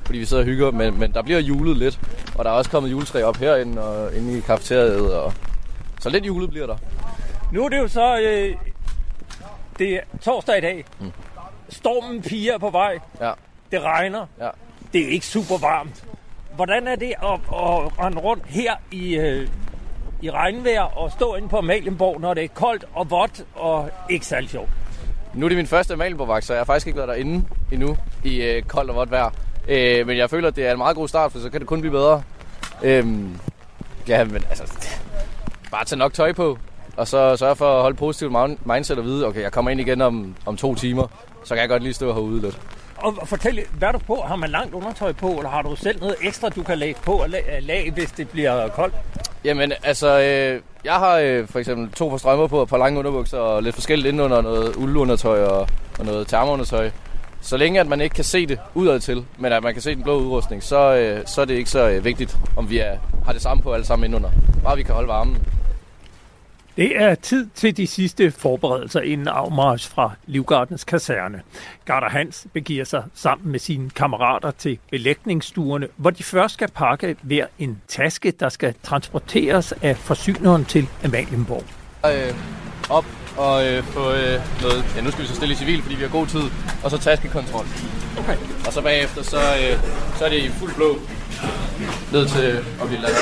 fordi vi sidder og hygger, men der bliver julet lidt. Og der er også kommet juletræ op herinde og inde i kafeteriet, og så lidt julet bliver der. Nu er det jo så det er torsdag i dag. Stormen Pia er på vej. Ja. Det regner. Ja. Det er ikke super varmt. Hvordan er det at rende rundt her i regnvejr og stå inde på Amalienborg, når det er koldt og vådt og ikke særlig sjovt? Nu er det min første Amalienborg-vagt, så jeg har faktisk ikke været derinde endnu i koldt og vådt vejr. Men jeg føler, at det er en meget god start, for så kan det kun blive bedre. Ja, men altså, bare tage nok tøj på, og så sørge for at holde positivt mindset og vide, okay, jeg kommer ind igen om 2 timer, så kan jeg godt lige stå herude lidt. Og fortæl, hvad er du på? Har man langt undertøj på, eller har du selv noget ekstra, du kan lægge på og lage, hvis det bliver koldt? Jamen, altså, jeg har for eksempel 2 par strømper på, et par lange underbukser og lidt forskelligt indenunder, noget uldundertøj og noget termoundertøj. Så længe at man ikke kan se det udad til, men at man kan se den blå udrustning, så er det ikke så vigtigt, om vi har det samme på alle sammen indenunder. Bare vi kan holde varmen. Det er tid til de sidste forberedelser inden afmarch fra Livgardens kaserne. Garder Hans begiver sig sammen med sine kammerater til belægningsstuerne, hvor de først skal pakke hver en taske, der skal transporteres af forsyneren til Amalienborg. Op og få noget... Ja, nu skal vi så stille i civil, fordi vi har god tid. Og så taskekontrol. Okay. Og så bagefter, så er det i fuld blå ned til at blive ladet.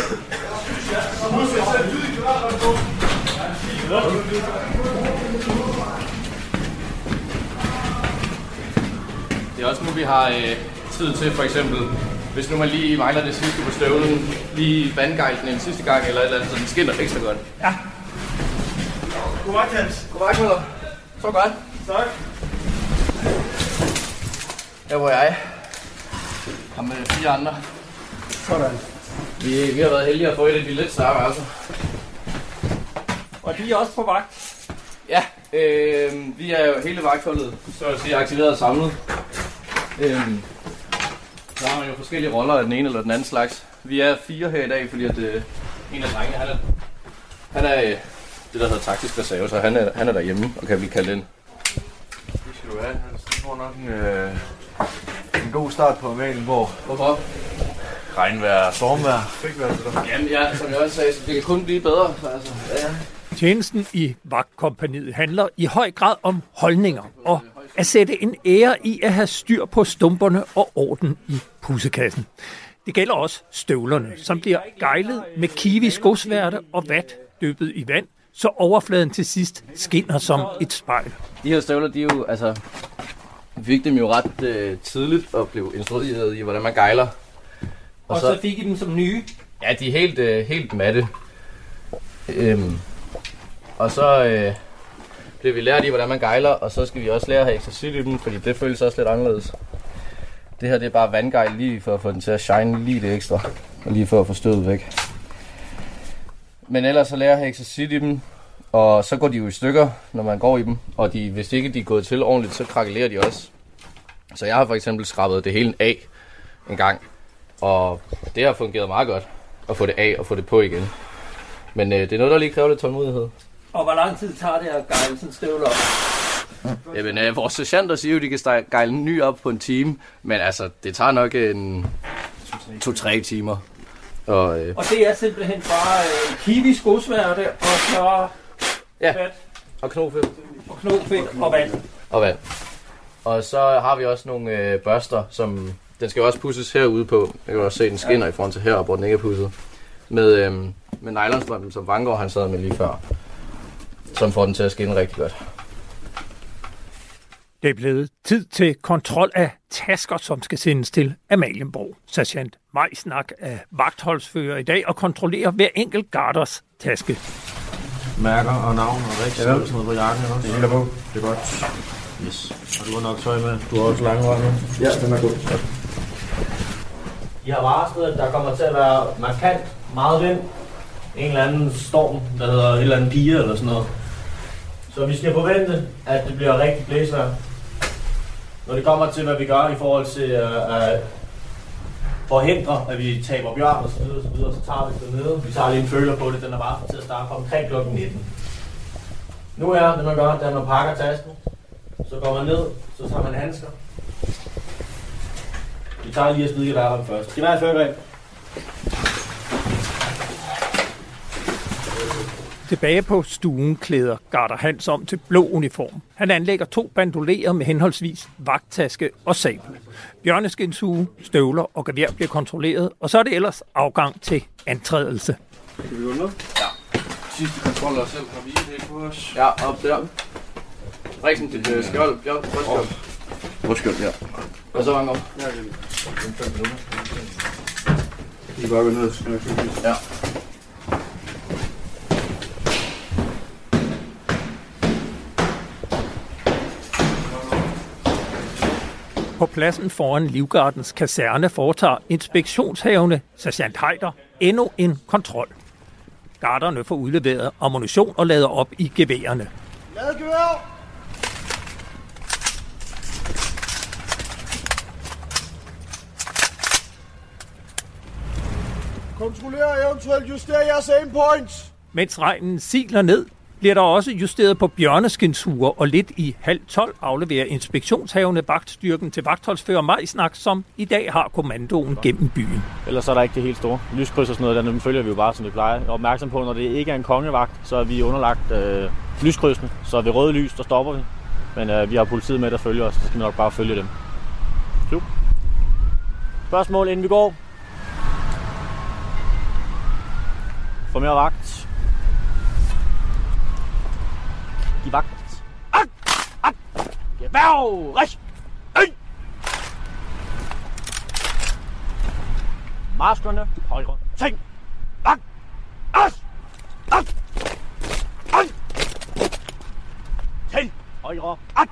Det er også nu, vi har tid til, for eksempel, hvis nu man lige mangler det sidste på støvlen, lige vandgejle den en sidste gang, eller et eller andet, så den skinner ekstra godt. Ja. Godvagt, Hans. Godvagt, Møller. Så godt. Tak. Her hvor jeg har med 4 andre. Sådan. Vi har været heldige at få et af de lidt større værelser. Og de er også på vagt? Ja, vi er jo hele vagtholdet, så at sige, aktiveret og samlet. Så har man jo forskellige roller af den ene eller den anden slags. Vi er 4 her i dag, fordi at en af drengene, han er det, der hedder taktisk reserve, så han er derhjemme og kan blive kaldt ind. Det skal du have. Han får nok en god start på Amalienborg. Hvorfor? Regnvejr, stormvejr. Jamen ja, som jeg også sagde, så det kan kun blive bedre. Altså, ja. Tjenesten i vagtkompagniet handler i høj grad om holdninger og at sætte en ære i at have styr på stumperne og orden i pudsekassen. Det gælder også støvlerne, som bliver gejlet med kiwi skosværte og vat dyppet i vand, så overfladen til sidst skinner som et spejl. De her støvler, de er jo, altså, vi fik dem jo ret tidligt og blev instrueret i, hvordan man gejler. Og så fik I dem som nye? Ja, de er helt matte. Og så bliver vi lært i, hvordan man gejler, og så skal vi også lære at have eksercit i dem, fordi det føles også lidt anderledes. Det her, det er bare vandgejl lige for at få den til at shine lige det ekstra, og lige for at få stødet væk. Men ellers så lærer jeg at have eksercit i dem, og så går de jo i stykker, når man går i dem, og hvis ikke de er gået til ordentligt, så krakelerer de også. Så jeg har for eksempel skrabet det hele af en gang, og det har fungeret meget godt at få det af og få det på igen. Men det er noget, der lige kræver lidt tålmodighed. Og hvor lang tid tager det at gejle sådan støvler op? Jamen, vores sergeanter siger jo, at de kan gejle en ny op på en time, men altså, det tager nok 2-3 timer. Og det er simpelthen bare kiwi skosværte og så vat. Og knofedt. Og knofedt og vand. Og vand. Og så har vi også nogle børster, som den skal jo også pudses herude på. Jeg kan også se, den skinner i forhold til heroppe, hvor den ikke er pudset. Med nylonstrømpen, som Vangård han sad med lige før. Som får den til at skinne rigtig godt. Det er blevet tid til kontrol af tasker, som skal sendes til Amalienborg. Sergeant Majsnak er vagtholdsfører i dag og kontrollerer hver enkelt garders taske. Mærker og navn og rigtig sådan noget på jakken også. Det er på. Det er godt. Yes. Og du har nok tøj med. Du har også lange røg med. Ja, den er god. Ja. De har varslet, at der kommer til at være markant meget vind. En eller anden storm, der hedder et eller andet Pia eller sådan noget. Så vi skal forvente, at det bliver rigtig blæsvejr. Når det kommer til, hvad vi gør i forhold til at forhindre, at vi taber bjørn og så videre, så tager vi det nede. Vi tager lige en føler på det. Den er varslet til at starte omkring kl. 19. Nu er det, man gør, da man pakker tasken. Så går man ned, så tager man handsker. Vi tager lige at smide der først. Det var et førgreb. Tilbage på stuen klæder Garder Hans om til blå uniform. Han anlægger 2 bandolerer med henholdsvis vagttaske og sabel. Bjørneskindshue, støvler og gevær bliver kontrolleret, og så er det ellers afgang til antrædelse. Kan vi gå ned? Ja. Sidste kontroller selv har vi det på os. Ja, op der. Riksen til skjold. Bjørn, rødskjold. Rødskjold, ja. Og så mange op. Ja, det er 5 minutter. Vi kan bare gå ned og snakke. Ja. På pladsen foran Livgardens kaserne foretager inspektionshavende sergeant Heider endnu en kontrol. Garderne får udleveret ammunition og lader op i geværerne. Lad gevær! Kontroller eventuelt juster jeres aim points. Mens regnen siler ned, bliver der også justeret på bjørneskindshuer, og lidt i 11:30 afleverer inspektionshavende vagtstyrken til vagtholdsfører Majsnak, som i dag har kommandoen gennem byen. Ellers er der ikke det helt store. Lyskryds og sådan noget, dem følger vi jo bare, som vi plejer. Jeg er opmærksom på, når det ikke er en kongevagt, så er vi underlagt lyskrydsene. Så ved røde lys, der stopper vi. Men vi har politiet med, der følger os, så skal vi nok bare følge dem. Klub. Spørgsmål, inden vi går. For mere vagt. I vagt. Gevær! Rich! Maskerne, højre, ting! Vagt! As! Til! Højre, at!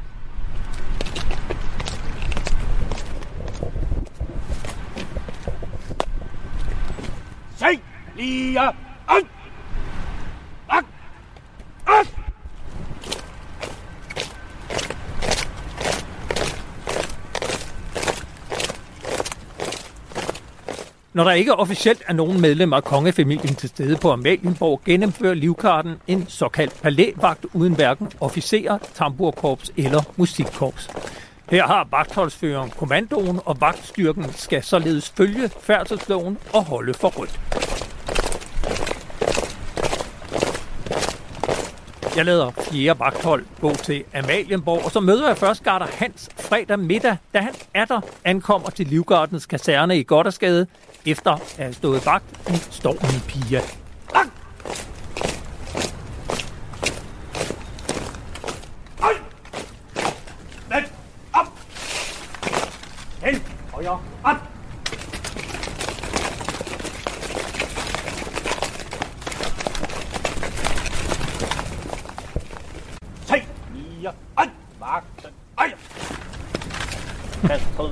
Se! Lige! At! Vagt! As! Når der ikke officielt er nogen medlemmer af kongefamilien til stede på Amalienborg, gennemfører Livgarden en såkaldt palævagt uden hverken officerer, tamburkorps eller musikkorps. Her har vagtholdsføreren kommandoen, og vagtstyrken skal således følge færdselsloven og holde for rødt. Jeg lader 4. vagthold gå til Amalienborg, og så møder jeg først Garder Hans fredag middag, da han atter ankommer til Livgardens kaserne i Gothersgade, efter at have stået vagt i stormen Pia. Vend op! Hen! Højre! Op! Se! Lige! Op! Vagten! Ej! Kast på.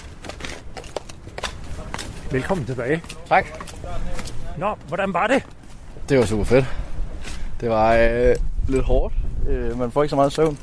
Velkommen tilbage. Tak. Nå, hvordan var det? Det var super fedt. Det var lidt hårdt. Man får ikke så meget søvn.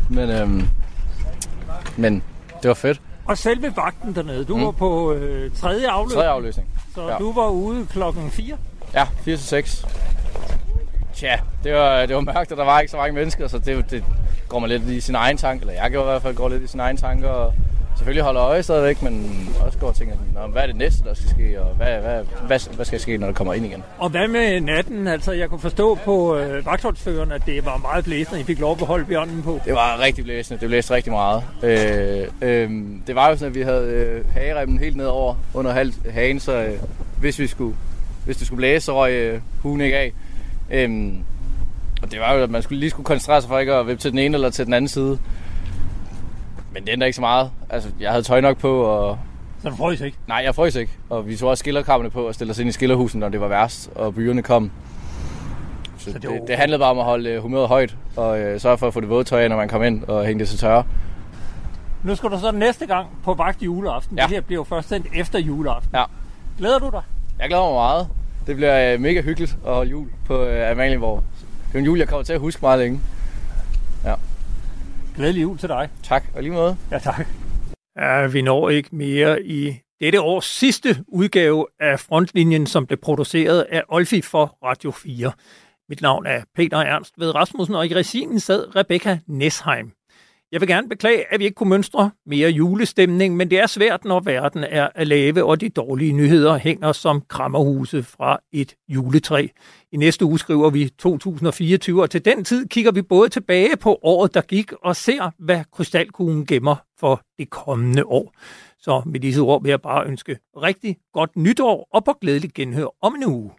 Men det var fedt. Og selve vagten dernede, du var på tredje afløsning. Tredje afløsning. Så ja. Du var ude klokken 4? Ja, 4-6. Tja, det var mørkt, og der var ikke så mange mennesker, så det går man lidt i sin egen tanke. Eller jeg gjorde i hvert fald går lidt i sin egen tanke, og selvfølgelig holder øje stadigvæk, men også går og tænker, hvad er det næste, der skal ske, og hvad skal ske, når der kommer ind igen? Og hvad med natten? Altså, jeg kunne forstå på vagtholdsføreren, at det var meget blæsende, I fik lov at beholde bjørnen på. Det var rigtig blæsende. Det blæste rigtig meget. Det var jo sådan, at vi havde hageremmen helt nedover under hagen, så hvis det skulle blæse, så røg hugen ikke af. Og det var jo, at man lige skulle koncentrere sig for ikke at vippe til den ene eller til den anden side. Men det ændrer ikke så meget. Altså, jeg havde tøj nok på, og... Så du frøs ikke? Nej, jeg frøs ikke. Og vi tog også skillerkrabbene på og stillede os ind i skillerhusen, når det var værst, og byerne kom. Så det handlede bare om at holde humøret højt, og sørge for at få det våde tøj af, når man kom ind, og hænge det til tørre. Nu skal du så næste gang på vagt juleaften. Ja. Det her bliver jo først sendt efter juleaften. Ja. Glæder du dig? Jeg glæder mig meget. Det bliver mega hyggeligt at holde jul på Amalienborg. Det er en jul, jeg kommer til at huske meget længe. Ja. Glædelig jul til dig. Tak, og lige måde. Ja, tak. Ja, vi når ikke mere i dette års sidste udgave af Frontlinjen, som blev produceret af Olfi for Radio 4. Mit navn er Peter Ernst ved Rasmussen, og i regien sad Rebecca Nesheim. Jeg vil gerne beklage, at vi ikke kunne mønstre mere julestemning, men det er svært, når verden er at lave, og de dårlige nyheder hænger som krammerhuse fra et juletræ. I næste uge skriver vi 2024, og til den tid kigger vi både tilbage på året, der gik, og ser, hvad krystalkuglen gemmer for det kommende år. Så med disse ord vil jeg bare ønske rigtig godt nytår, og på glædeligt genhør om en uge.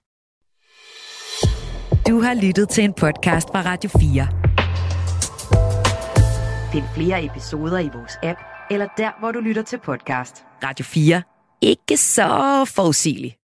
Du har lyttet til en podcast fra Radio 4. Find flere episoder i vores app, eller der, hvor du lytter til podcast. Radio 4. Ikke så forudsigeligt.